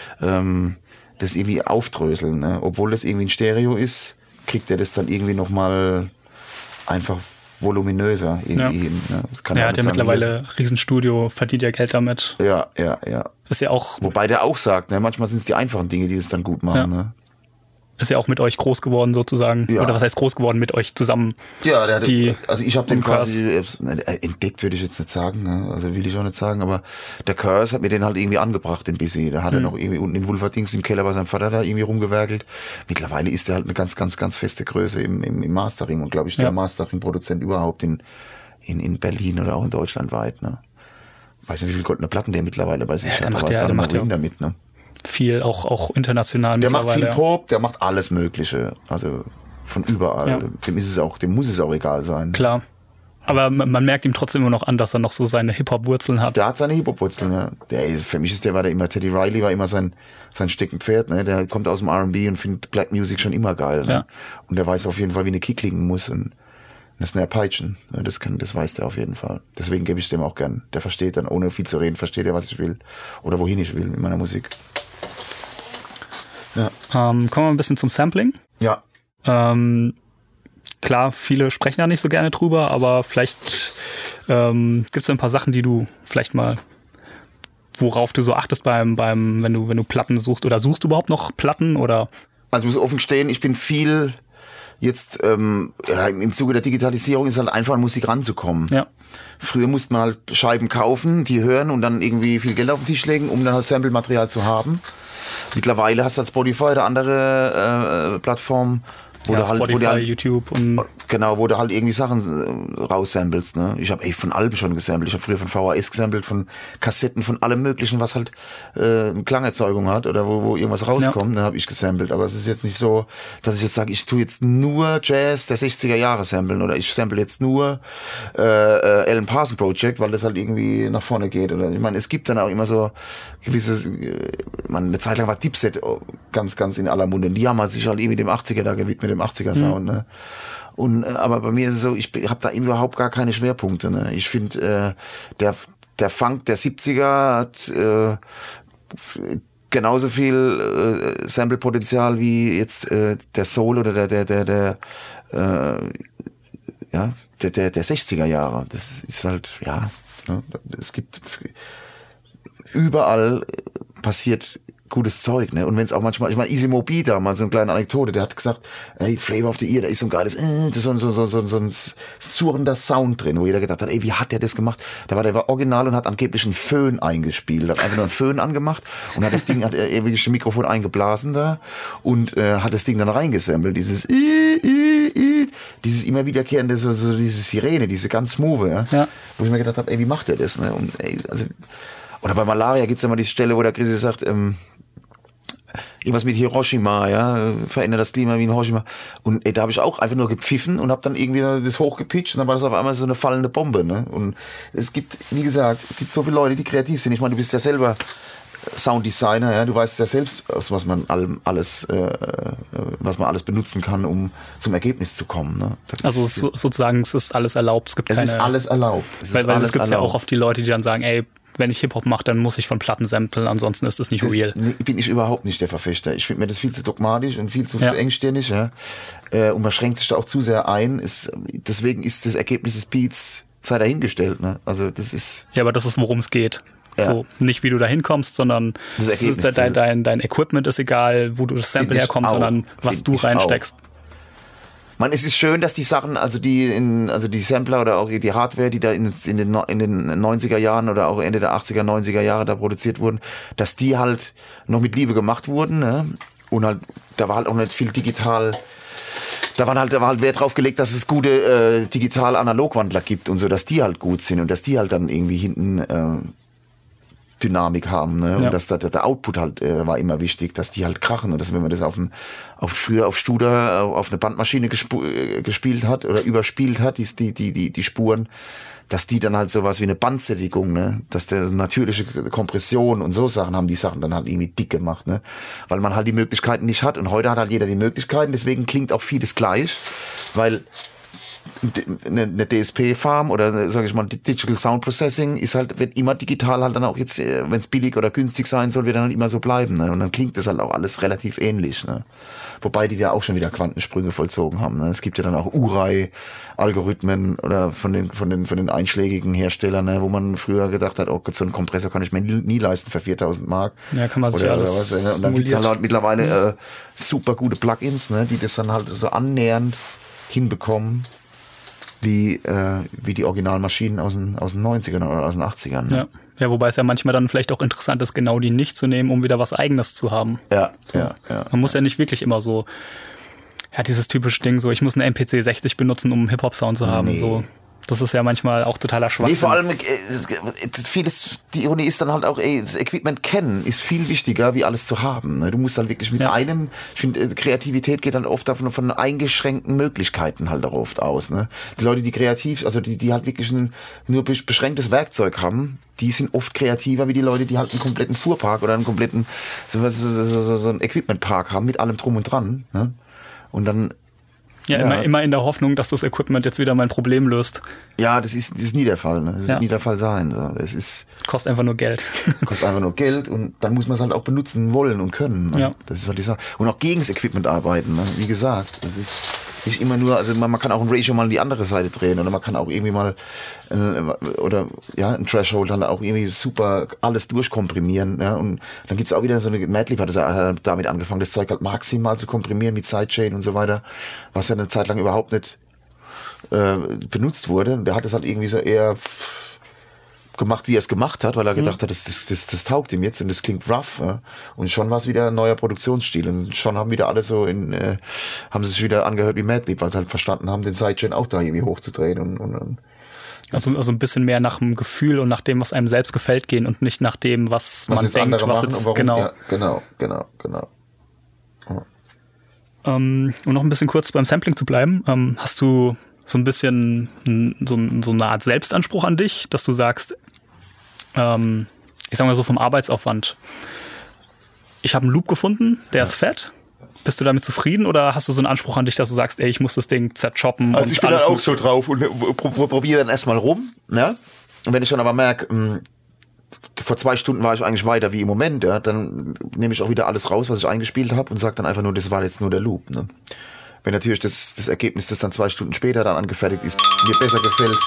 das irgendwie aufdröseln, ne? Obwohl das irgendwie ein Stereo ist, kriegt er das dann irgendwie nochmal einfach voluminöser irgendwie hin. Ne? Er hat ja mittlerweile ein Riesenstudio, verdient ja Geld damit. Ja. Ist ja auch. Wobei der auch sagt, ne, manchmal sind es die einfachen Dinge, die es dann gut machen. Ja. Ne? Ist ja auch mit euch groß geworden sozusagen. Ja. Oder was heißt groß geworden, mit euch zusammen? Ja, also ich habe den quasi entdeckt, würde ich jetzt nicht sagen, ne? Also will ich auch nicht sagen, aber der Curse hat mir den halt irgendwie angebracht, den Busy. Da hat er noch irgendwie unten in Wulferdings im Keller bei seinem Vater da irgendwie rumgewerkelt. Mittlerweile ist er halt eine ganz, ganz, ganz feste Größe im Mastering und glaube ich der Mastering-Produzent überhaupt in Berlin oder auch in Deutschland weit, ne? Weiß nicht, wie viele goldene Platten der mittlerweile bei sich hat, aber es macht ja damit, ne? Viel, auch international. Der macht viel Pop, der macht alles Mögliche, also von überall. Ja. Dem muss es auch egal sein. Klar. Aber man merkt ihm trotzdem immer noch an, dass er noch so seine Hip-Hop-Wurzeln hat. Der hat seine Hip-Hop-Wurzeln, ja. Für mich war der immer, Teddy Riley war immer sein Steckenpferd, ne? Der kommt aus dem R&B und findet Black Music schon immer geil, ne? Ja. Und der weiß auf jeden Fall, wie eine Kick liegen muss und eine Snare peitschen. Das weiß der auf jeden Fall. Deswegen gebe ich es dem auch gern. Der versteht dann, ohne viel zu reden, versteht er, was ich will. Oder wohin ich will mit meiner Musik. Ja. Kommen wir ein bisschen zum Sampling. Ja. Klar, viele sprechen da nicht so gerne drüber, aber vielleicht gibt es ein paar Sachen, die du vielleicht mal, worauf du so achtest wenn du Platten suchst, oder suchst du überhaupt noch Platten, oder? Also ich muss offen stehen, ich bin viel jetzt im Zuge der Digitalisierung ist halt einfach an Musik ranzukommen. Ja. Früher musste man halt Scheiben kaufen, die hören und dann irgendwie viel Geld auf den Tisch legen, um dann halt Sample-Material zu haben. Mittlerweile hast du halt Spotify oder andere Plattformen, wo du halt, Spotify, YouTube und genau, wo du halt irgendwie Sachen raussamplest, ne? Ich habe von Alben schon gesampelt. Ich habe früher von VHS gesampelt, von Kassetten, von allem möglichen, was halt eine Klangerzeugung hat oder wo irgendwas rauskommt, ne, habe ich gesampelt. Aber es ist jetzt nicht so, dass ich jetzt sage, ich tue jetzt nur Jazz der 60er Jahre samplen oder ich sample jetzt nur Alan Parsons Project, weil das halt irgendwie nach vorne geht. Oder ich meine, es gibt dann auch immer so gewisse, eine Zeit lang war Dipset ganz, ganz in aller Munde. Und die haben halt sich halt irgendwie dem 80er da gewidmet, dem 80er-Sound, ne? Und aber bei mir ist es so, ich habe da überhaupt gar keine Schwerpunkte, ne? Ich finde, der Funk der 70er hat genauso viel Sample-Potenzial wie jetzt der Soul oder der 60er Jahre. Das ist halt, ja, ne? Es gibt überall passiert gutes Zeug, ne? Und wenn es auch manchmal, ich meine, Easy Mobi da mal so eine kleine Anekdote, der hat gesagt, hey, Flavor of the Year, da ist so ein geiles, das ist so ein surrender Sound drin, wo jeder gedacht hat, ey, wie hat der das gemacht? Der war original und hat angeblich einen Föhn eingespielt, hat einfach nur einen Föhn angemacht und hat das Ding, hat ewig ein Mikrofon eingeblasen da und hat das Ding dann reingesammelt, dieses immer wiederkehrende, so diese Sirene, diese ganz smooth, ja? Wo ich mir gedacht habe, ey, wie macht der das, ne? Und ey, also, oder bei Malaria gibt's ja mal die Stelle, wo der Chris sagt, irgendwas mit Hiroshima, ja, verändert das Klima wie in Hiroshima. Und da habe ich auch einfach nur gepfiffen und habe dann irgendwie das hochgepitcht und dann war das auf einmal so eine fallende Bombe, ne? Und es gibt, wie gesagt, so viele Leute, die kreativ sind. Ich meine, du bist ja selber Sounddesigner, ja, du weißt ja selbst, was man alles benutzen kann, um zum Ergebnis zu kommen, ne? Also sozusagen, es ist alles erlaubt. Es ist alles erlaubt. Weil es gibt ja auch oft die Leute, die dann sagen, ey, wenn ich Hip-Hop mache, dann muss ich von Platten samplen, ansonsten ist das nicht real. Bin ich überhaupt nicht der Verfechter. Ich finde mir das viel zu dogmatisch und viel zu engstirnig, ja. Und man schränkt sich da auch zu sehr ein. Deswegen ist das Ergebnis des Beats sei dahingestellt, ne? Also das ist... Ja, aber das ist, worum es geht. Ja. So, nicht wie du da hinkommst, sondern dein Equipment ist egal, wo du das Sample herkommt, sondern was du reinsteckst. Man, es ist schön, dass die Sachen, also die Sampler oder auch die Hardware, die da in den 90er Jahren oder auch Ende der 80er, 90er Jahre da produziert wurden, dass die halt noch mit Liebe gemacht wurden, ne? Und halt, da war halt auch nicht viel digital, da war halt Wert drauf gelegt, dass es gute digital-Analogwandler gibt und so, dass die halt gut sind und dass die halt dann irgendwie hinten Dynamik haben, ne? Und dass der Output halt war immer wichtig, dass die halt krachen und dass wenn man das früher auf Studer auf eine Bandmaschine gespielt hat oder überspielt hat, die Spuren, dass die dann halt sowas wie eine Bandsättigung, ne? Dass der natürliche Kompression und so Sachen haben die Sachen dann halt irgendwie dick gemacht, ne? Weil man halt die Möglichkeiten nicht hat und heute hat halt jeder die Möglichkeiten, deswegen klingt auch vieles gleich, weil eine DSP-Farm oder sage ich mal Digital Sound Processing wird immer digital halt dann auch jetzt, wenn es billig oder günstig sein soll, wird dann halt immer so bleiben, ne? Und dann klingt das halt auch alles relativ ähnlich, ne? Wobei die ja auch schon wieder Quantensprünge vollzogen haben, ne? Es gibt ja dann auch Urai-Algorithmen oder von den einschlägigen Herstellern, ne? Wo man früher gedacht hat, oh Gott, so einen Kompressor kann ich mir nie leisten für 4.000 Mark. Ja, kann man sich alles oder was, ne? Und dann gibt es halt mittlerweile super gute Plugins, ne? Die das dann halt so annähernd hinbekommen wie die Originalmaschinen aus den 90ern oder aus den 80ern. Ne? Ja, wobei es ja manchmal dann vielleicht auch interessant ist, genau die nicht zu nehmen, um wieder was Eigenes zu haben. Ja, so. Ja. Man muss ja nicht wirklich immer so, dieses typische Ding, so ich muss einen MPC 60 benutzen, um einen Hip-Hop-Sound zu haben. Nee. So. Das ist ja manchmal auch totaler Schwachsinn. Nee, vor allem, die Ironie ist dann halt auch, das Equipment kennen ist viel wichtiger, wie alles zu haben. Ne? Du musst dann wirklich mit einem, ich finde, Kreativität geht dann oft von eingeschränkten Möglichkeiten halt auch oft aus. Ne? Die Leute, die kreativ, also die halt wirklich nur beschränktes Werkzeug haben, die sind oft kreativer wie die Leute, die halt einen kompletten Fuhrpark oder einen kompletten, so einen Equipmentpark haben mit allem drum und dran. Ne? Und dann Ja, immer in der Hoffnung, dass das Equipment jetzt wieder mein Problem löst. Ja, das ist nie der Fall. Ne? Das wird nie der Fall sein. So. Kostet einfach nur Geld. Kostet einfach nur Geld und dann muss man es halt auch benutzen wollen und können. Ne? Ja. Das ist halt die Sache. Und auch gegen das Equipment arbeiten. Ne? Wie gesagt, das ist nicht immer nur, also man kann auch ein Ratio mal in die andere Seite drehen oder man kann auch irgendwie mal ein Threshold dann auch irgendwie super alles durchkomprimieren. Ja? Und dann gibt's auch wieder so eine, Madlib hat damit angefangen, das Zeug halt maximal zu komprimieren mit Sidechain und so weiter, was ja eine Zeit lang überhaupt nicht benutzt wurde. Und der hat das halt irgendwie so eher gemacht, wie er es gemacht hat, weil er gedacht hat, das taugt ihm jetzt und das klingt rough. Ja? Und schon war es wieder ein neuer Produktionsstil und schon haben wieder alle so haben sie sich wieder angehört wie Madlib, weil sie halt verstanden haben, den Sidechain auch da irgendwie hochzudrehen und also ein bisschen mehr nach dem Gefühl und nach dem, was einem selbst gefällt, gehen und nicht nach dem, was man denkt, was jetzt genau. Ja, genau. Ja. Um noch ein bisschen kurz beim Sampling zu bleiben, hast du so ein bisschen so eine Art Selbstanspruch an dich, dass du sagst, ich sag mal so vom Arbeitsaufwand, ich habe einen Loop gefunden, der ist fett. Bist du damit zufrieden oder hast du so einen Anspruch an dich, dass du sagst, ey, ich muss das Ding zerchoppen? Also ich bin dann auch so drauf und probiere dann erstmal rum. Ne? Und wenn ich dann aber merke, vor 2 Stunden war ich eigentlich weiter wie im Moment, ja, dann nehme ich auch wieder alles raus, was ich eingespielt habe und sage dann einfach nur, das war jetzt nur der Loop. Ne? Wenn natürlich das Ergebnis, das dann 2 Stunden später dann angefertigt ist, mir besser gefällt.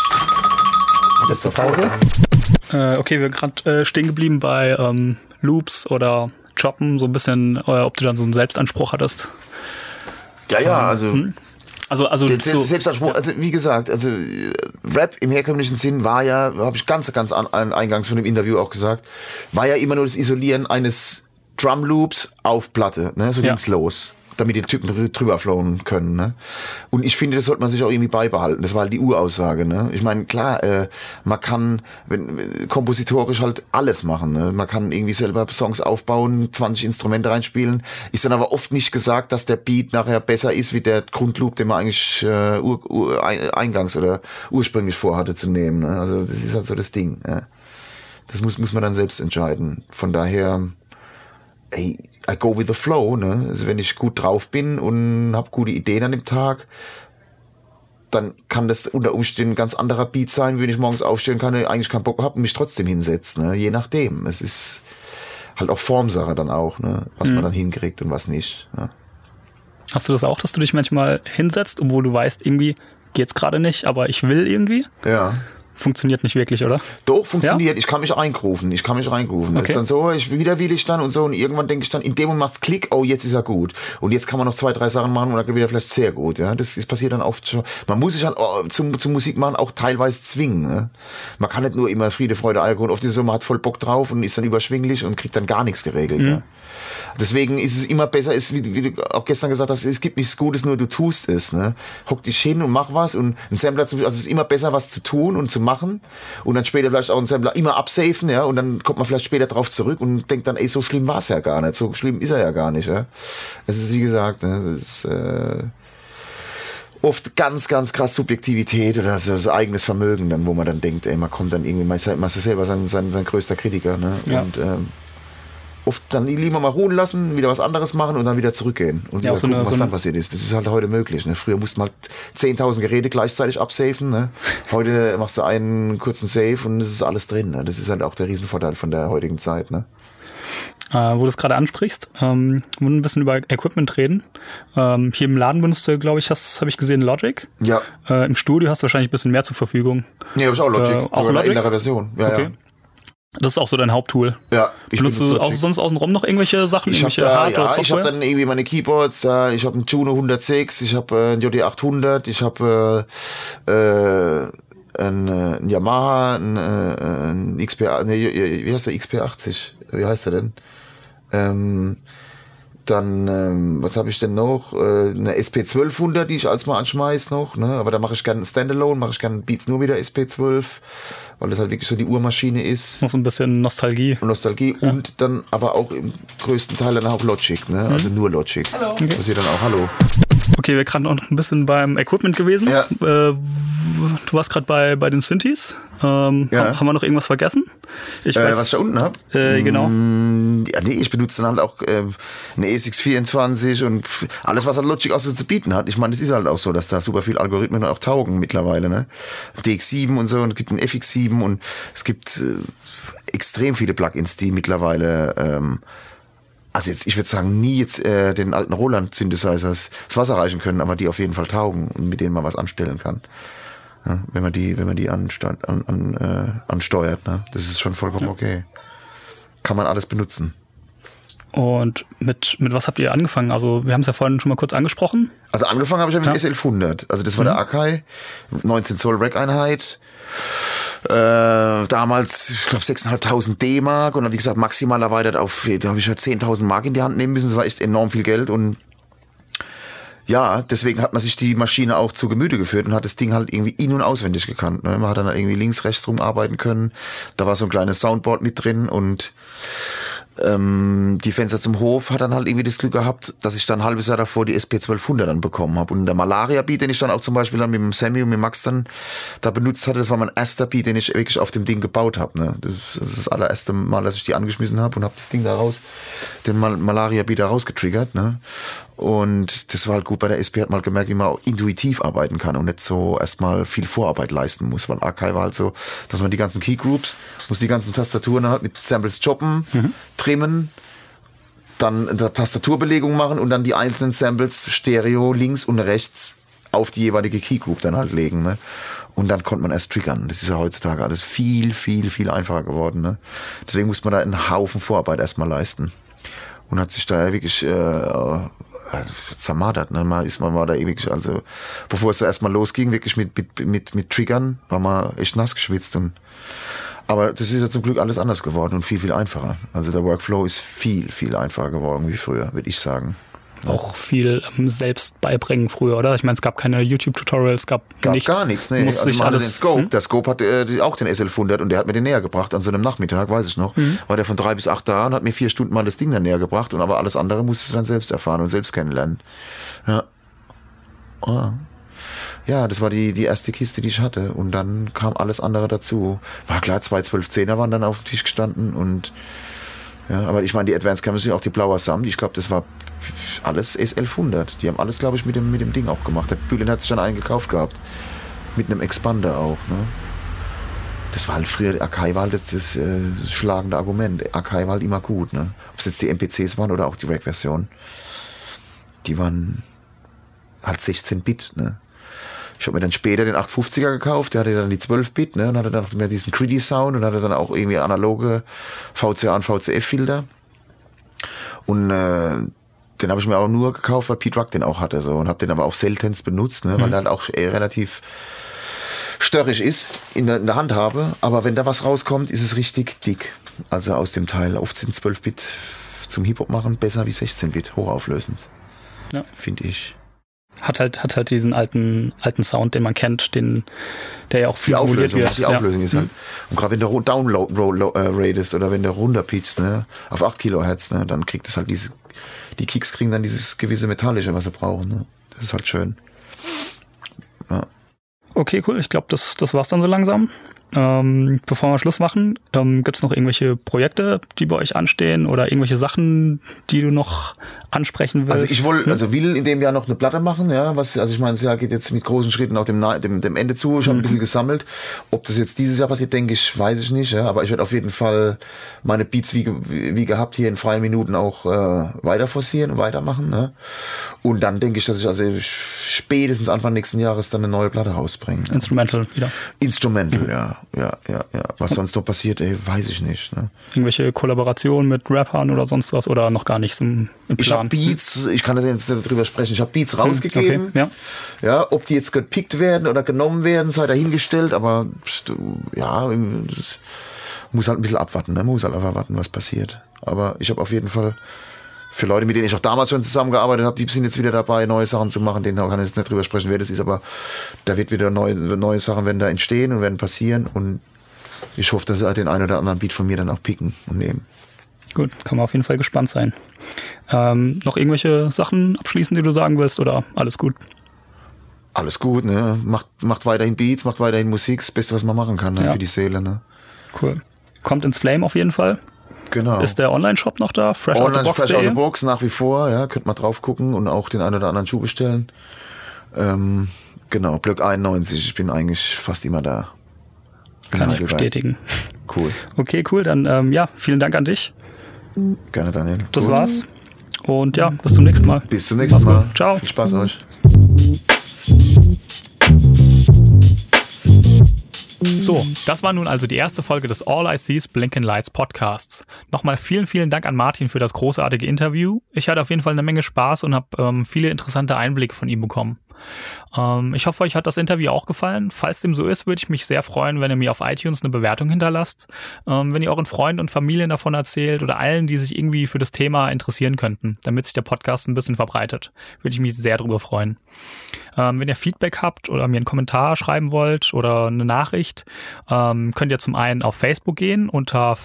Letzte Pause. Okay, wir gerade stehen geblieben bei Loops oder Choppen, so ein bisschen, ob du dann so einen Selbstanspruch hattest. Ja, also den Selbstanspruch, also wie gesagt, also Rap im herkömmlichen Sinn war ja, habe ich ganz eingangs von dem Interview auch gesagt, war ja immer nur das Isolieren eines Drumloops auf Platte, ne, so ging's los, damit die Typen drüber flowen können, ne? Und ich finde, das sollte man sich auch irgendwie beibehalten. Das war halt die Uraussage, ne? Ich meine, klar, man kann kompositorisch halt alles machen, ne? Man kann irgendwie selber Songs aufbauen, 20 Instrumente reinspielen. Ist dann aber oft nicht gesagt, dass der Beat nachher besser ist wie der Grundloop, den man eigentlich eingangs oder ursprünglich vorhatte zu nehmen, ne? Also das ist halt so das Ding, ne? Das muss man dann selbst entscheiden. Von daher, ey, I go with the flow, ne? Also wenn ich gut drauf bin und habe gute Ideen an dem Tag, dann kann das unter Umständen ein ganz anderer Beat sein, wenn ich morgens aufstehen kann, eigentlich keinen Bock habe und mich trotzdem hinsetze, ne? Je nachdem. Es ist halt auch Formsache dann auch, ne? Was man dann hinkriegt und was nicht. Ne? Hast du das auch, dass du dich manchmal hinsetzt, obwohl du weißt, irgendwie geht's gerade nicht, aber ich will irgendwie? Ja. Funktioniert nicht wirklich, oder? Doch, funktioniert. Ja? Ich kann mich eingrooven. Okay. Das ist dann so, wieder will ich dann und so und irgendwann denke ich dann, in dem Moment macht's Klick, oh, jetzt ist er gut. Und jetzt kann man noch 2, 3 Sachen machen und dann wird er vielleicht sehr gut. Ja, das passiert dann oft schon. Man muss sich halt zum Musik machen auch teilweise zwingen. Ne? Man kann nicht nur immer Friede, Freude, Eierkuchen. Oft ist es so, man hat voll Bock drauf und ist dann überschwinglich und kriegt dann gar nichts geregelt. Ja? Deswegen ist es immer besser, wie du auch gestern gesagt hast, es gibt nichts Gutes, nur du tust es. Ne? Hock dich hin und mach was und ein Sampler, also es ist immer besser, was zu tun und zu machen und dann später vielleicht auch einen Sampler immer absafen, ja, und dann kommt man vielleicht später drauf zurück und denkt dann, ey, so schlimm war es ja gar nicht, so schlimm ist er ja gar nicht. Ja? Das ist, wie gesagt, ne, das ist oft ganz, ganz krass Subjektivität oder das eigenes Vermögen, dann, wo man dann denkt, ey, man kommt dann irgendwie, man ist selber sein größter Kritiker. Ne? Ja. Und oft dann lieber mal ruhen lassen, wieder was anderes machen und dann wieder zurückgehen und wieder gucken, was dann passiert ist. Das ist halt heute möglich. Ne? Früher musste man halt 10.000 Geräte gleichzeitig absafen. Ne? Heute machst du einen kurzen Save und es ist alles drin. Ne? Das ist halt auch der Riesenvorteil von der heutigen Zeit. Ne? Wo du es gerade ansprichst, wollen wir ein bisschen über Equipment reden. Hier im Laden benutzt du, glaube ich, habe ich gesehen, Logic. Ja. Im Studio hast du wahrscheinlich ein bisschen mehr zur Verfügung. Nee, habe ich auch Logic. Auch Logic? In der Version. Ja, okay. Ja. Das ist auch so dein Haupttool. Ja. Benutzt du auch sonst außenrum noch irgendwelche Sachen? Ich habe dann irgendwie meine Keyboards da. Ich habe einen Juno 106, ich habe einen JD 800, ich habe einen Yamaha, einen XP, wie heißt der XP80? Wie heißt der denn? Dann, was habe ich denn noch? Eine SP1200, die ich als mal anschmeiß noch, ne? Aber da mache ich gerne Standalone, mache ich gerne Beats nur wieder SP12, weil das halt wirklich so die Uhrmaschine ist. Noch so ein bisschen Nostalgie. Ja. Und dann aber auch im größten Teil dann auch Logic, ne? Also nur Logic. Hallo. Okay. Das ist dann auch Hallo. Okay, wir gerade noch ein bisschen beim Equipment gewesen. Ja. Du warst gerade bei den Synthes. Haben wir noch irgendwas vergessen? Ich weiß, was ich da unten habe? Genau. Ja, nee, ich benutze dann halt auch eine ESX24 und alles, was halt Logic auch so zu bieten hat. Ich meine, es ist halt auch so, dass da super viele Algorithmen auch taugen mittlerweile. Ne? DX7 und so, und es gibt einen FX7 und es gibt extrem viele Plugins, die mittlerweile also jetzt, ich würde sagen, nie jetzt den alten Roland-Synthesizers das Wasser reichen können, aber die auf jeden Fall taugen und mit denen man was anstellen kann. Ja, wenn man die ansteuert, ne? Das ist schon vollkommen okay. Kann man alles benutzen. Und mit was habt ihr angefangen? Also wir haben es ja vorhin schon mal kurz angesprochen. Also angefangen habe ich ja mit dem SL100. Also das war der Akai, 19 Zoll Rack-Einheit. Damals, ich glaube, 6.500 D-Mark und dann, wie gesagt, maximal erweitert auf, da habe ich ja 10.000 Mark in die Hand nehmen müssen. Das war echt enorm viel Geld und ja, deswegen hat man sich die Maschine auch zu Gemüte geführt und hat das Ding halt irgendwie in- und auswendig gekannt. Ne? Man hat dann irgendwie links, rechts rumarbeiten können. Da war so ein kleines Soundboard mit drin und die Fenster zum Hof hat dann halt irgendwie das Glück gehabt, dass ich dann ein halbes Jahr davor die SP1200 dann bekommen habe. Und der Malaria-Beat, den ich dann auch zum Beispiel dann mit dem Sammy und mit Max dann da benutzt hatte, das war mein erster Beat, den ich wirklich auf dem Ding gebaut habe. Ne? Das ist das allererste Mal, dass ich die angeschmissen habe und habe das Ding da raus, den Malaria-Beat da rausgetriggert. Ne? Und das war halt gut. Bei der SP hat man halt gemerkt, wie man auch intuitiv arbeiten kann und nicht so erstmal viel Vorarbeit leisten muss. Weil Akai war halt so, dass man die ganzen Keygroups, muss die ganzen Tastaturen halt mit Samples choppen, trimmen, dann eine Tastaturbelegung machen und dann die einzelnen Samples Stereo links und rechts auf die jeweilige Keygroup dann halt legen. Ne? Und dann konnte man erst triggern. Das ist ja heutzutage alles viel, viel, viel einfacher geworden. Ne? Deswegen muss man da einen Haufen Vorarbeit erstmal leisten. Und hat sich da wirklich zermadert, ne? Man war da ewig, also bevor es da erstmal losging, wirklich mit Triggern, war man echt nass geschwitzt aber das ist ja zum Glück alles anders geworden und viel, viel einfacher. Also der Workflow ist viel, viel einfacher geworden wie früher, würde ich sagen. Auch viel selbst beibringen früher, oder? Ich meine, es gab keine YouTube-Tutorials, gab nichts. Gar nichts, ne. Also ich hatte den Scope. Der Scope hat auch den SL100 und der hat mir den näher gebracht an so einem Nachmittag, weiß ich noch. War der von 3 bis 8 da und hat mir 4 Stunden mal das Ding dann näher gebracht und aber alles andere musste ich dann selbst erfahren und selbst kennenlernen. Ja. Ja, das war die erste Kiste, die ich hatte und dann kam alles andere dazu. War klar, 2 1210er waren dann auf dem Tisch gestanden und ja, aber ich meine, die Advanced Chemistry, auch die Blauer Samt, ich glaube, das war alles S1100. Die haben alles, glaube ich, mit dem Ding auch gemacht. Der Bülent hat sich dann einen gekauft gehabt. Mit einem Expander auch. Ne? Das war halt früher, Akai war halt das schlagende Argument. Akai war halt immer gut. Ne? Ob es jetzt die MPCs waren oder auch die Rack-Version. Die waren halt 16-Bit. Ne? Ich habe mir dann später den 850er gekauft, der hatte dann die 12-Bit, ne, und hatte dann mehr diesen Gritty-Sound und hatte dann auch irgendwie analoge VCA und VCF-Filter. Und den habe ich mir auch nur gekauft, weil Pete Rock den auch hatte, so, und habe den aber auch seltenst benutzt, ne, weil der halt auch relativ störrisch ist in der Handhabe. Aber wenn da was rauskommt, ist es richtig dick. Also aus dem Teil. Oft sind 12-Bit zum Hip-Hop machen besser wie 16-Bit, hochauflösend. Ja. Finde ich. Hat halt diesen alten Sound, den man kennt, der ja auch viel simuliert wird. Die Auflösung ist halt. Und gerade wenn du downratest oder wenn du runterpitchst, ne, auf 8 Kilohertz, ne, dann kriegt es halt die Kicks kriegen dann dieses gewisse Metallische, was sie brauchen. Ne. Das ist halt schön. Ja. Okay, cool. Ich glaube, das war's dann so langsam. Bevor wir Schluss machen, gibt es noch irgendwelche Projekte, die bei euch anstehen oder irgendwelche Sachen, die du noch ansprechen willst? Also ich will in dem Jahr noch eine Platte machen, ja, also ich meine, das Jahr geht jetzt mit großen Schritten auch dem Ende zu. Ich habe ein bisschen gesammelt. Ob das jetzt dieses Jahr passiert, denke ich, weiß ich nicht, ja, aber ich werde auf jeden Fall meine Beats wie gehabt hier in freien Minuten auch weiter forcieren und weitermachen, ne? Und dann denke ich, dass ich also spätestens Anfang nächsten Jahres dann eine neue Platte rausbringe. Ja. Instrumental wieder. Instrumental, ja. Was sonst noch passiert, weiß ich nicht. Ne? Irgendwelche Kollaborationen mit Rappern oder sonst was oder noch gar nichts im Plan? Ich habe Beats, ich kann jetzt nicht drüber sprechen, ich habe Beats rausgegeben. Okay, ja, ob die jetzt gepickt werden oder genommen werden, sei dahingestellt, aber ja, muss halt ein bisschen abwarten, ne? Man muss halt einfach warten, was passiert. Aber ich habe auf jeden Fall für Leute, mit denen ich auch damals schon zusammengearbeitet habe, die sind jetzt wieder dabei, neue Sachen zu machen. Denen kann ich jetzt nicht drüber sprechen, wer das ist, aber da wird wieder neue Sachen werden da entstehen und werden passieren. Und ich hoffe, dass sie den einen oder anderen Beat von mir dann auch picken und nehmen. Gut, kann man auf jeden Fall gespannt sein. Noch irgendwelche Sachen abschließend, die du sagen willst, oder alles gut? Alles gut, ne? Macht weiterhin Beats, macht weiterhin Musik, das Beste, was man machen kann, ne? Für die Seele, ne? Cool. Kommt ins Flame auf jeden Fall. Genau. Ist der Online-Shop noch da? Fresh Out the Box nach wie vor, ja, könnt mal drauf gucken und auch den einen oder anderen Schuh bestellen. Genau, Block 91, ich bin eigentlich fast immer da. Kann ich bestätigen. Cool. Okay, cool, dann vielen Dank an dich. Gerne, Daniel. Das war's. Und ja, bis zum nächsten Mal. Bis zum nächsten Mal. Ciao. Viel Spaß euch. So, das war nun also die erste Folge des All I See is Blinking Lights Podcasts. Nochmal vielen, vielen Dank an Martin für das großartige Interview. Ich hatte auf jeden Fall eine Menge Spaß und habe viele interessante Einblicke von ihm bekommen. Ich hoffe, euch hat das Interview auch gefallen. Falls dem so ist, würde ich mich sehr freuen, wenn ihr mir auf iTunes eine Bewertung hinterlasst. Wenn ihr euren Freunden und Familien davon erzählt oder allen, die sich irgendwie für das Thema interessieren könnten, damit sich der Podcast ein bisschen verbreitet. Würde ich mich sehr darüber freuen. Wenn ihr Feedback habt oder mir einen Kommentar schreiben wollt oder eine Nachricht, könnt ihr zum einen auf Facebook gehen unter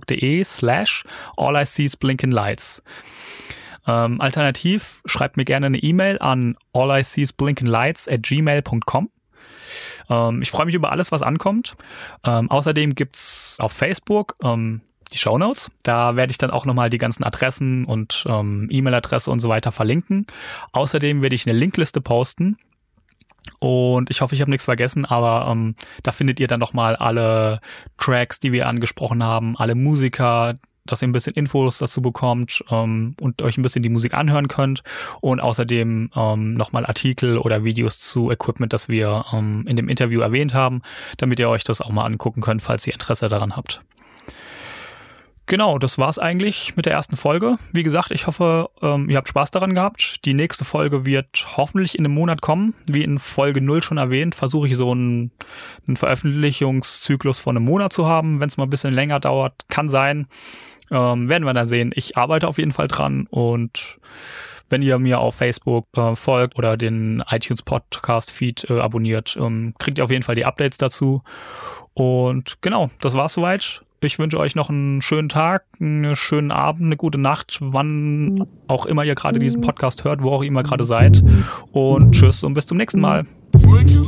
facebook.de/alliseesblinkenlights. Alternativ schreibt mir gerne eine E-Mail an alliseesblinkenlights@gmail.com. Ich freue mich über alles, was ankommt. Außerdem gibt's auf Facebook die Shownotes. Da werde ich dann auch nochmal die ganzen Adressen und E-Mail-Adresse und so weiter verlinken. Außerdem werde ich eine Linkliste posten. Und ich hoffe, ich habe nichts vergessen, aber da findet ihr dann nochmal alle Tracks, die wir angesprochen haben, alle Musiker, dass ihr ein bisschen Infos dazu bekommt und euch ein bisschen die Musik anhören könnt. Und außerdem nochmal Artikel oder Videos zu Equipment, das wir in dem Interview erwähnt haben, damit ihr euch das auch mal angucken könnt, falls ihr Interesse daran habt. Genau, das war's eigentlich mit der ersten Folge. Wie gesagt, ich hoffe, ihr habt Spaß daran gehabt. Die nächste Folge wird hoffentlich in einem Monat kommen. Wie in Folge 0 schon erwähnt, versuche ich so einen Veröffentlichungszyklus von einem Monat zu haben. Wenn es mal ein bisschen länger dauert, kann sein. Werden wir dann sehen. Ich arbeite auf jeden Fall dran und wenn ihr mir auf Facebook folgt oder den iTunes Podcast Feed abonniert, kriegt ihr auf jeden Fall die Updates dazu. Und genau, das war's soweit. Ich wünsche euch noch einen schönen Tag, einen schönen Abend, eine gute Nacht, wann auch immer ihr gerade diesen Podcast hört, wo auch immer gerade seid. Und tschüss und bis zum nächsten Mal. Blinking.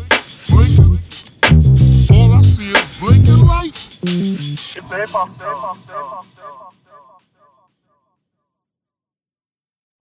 All I see is blinking lights. It's a hip-hop.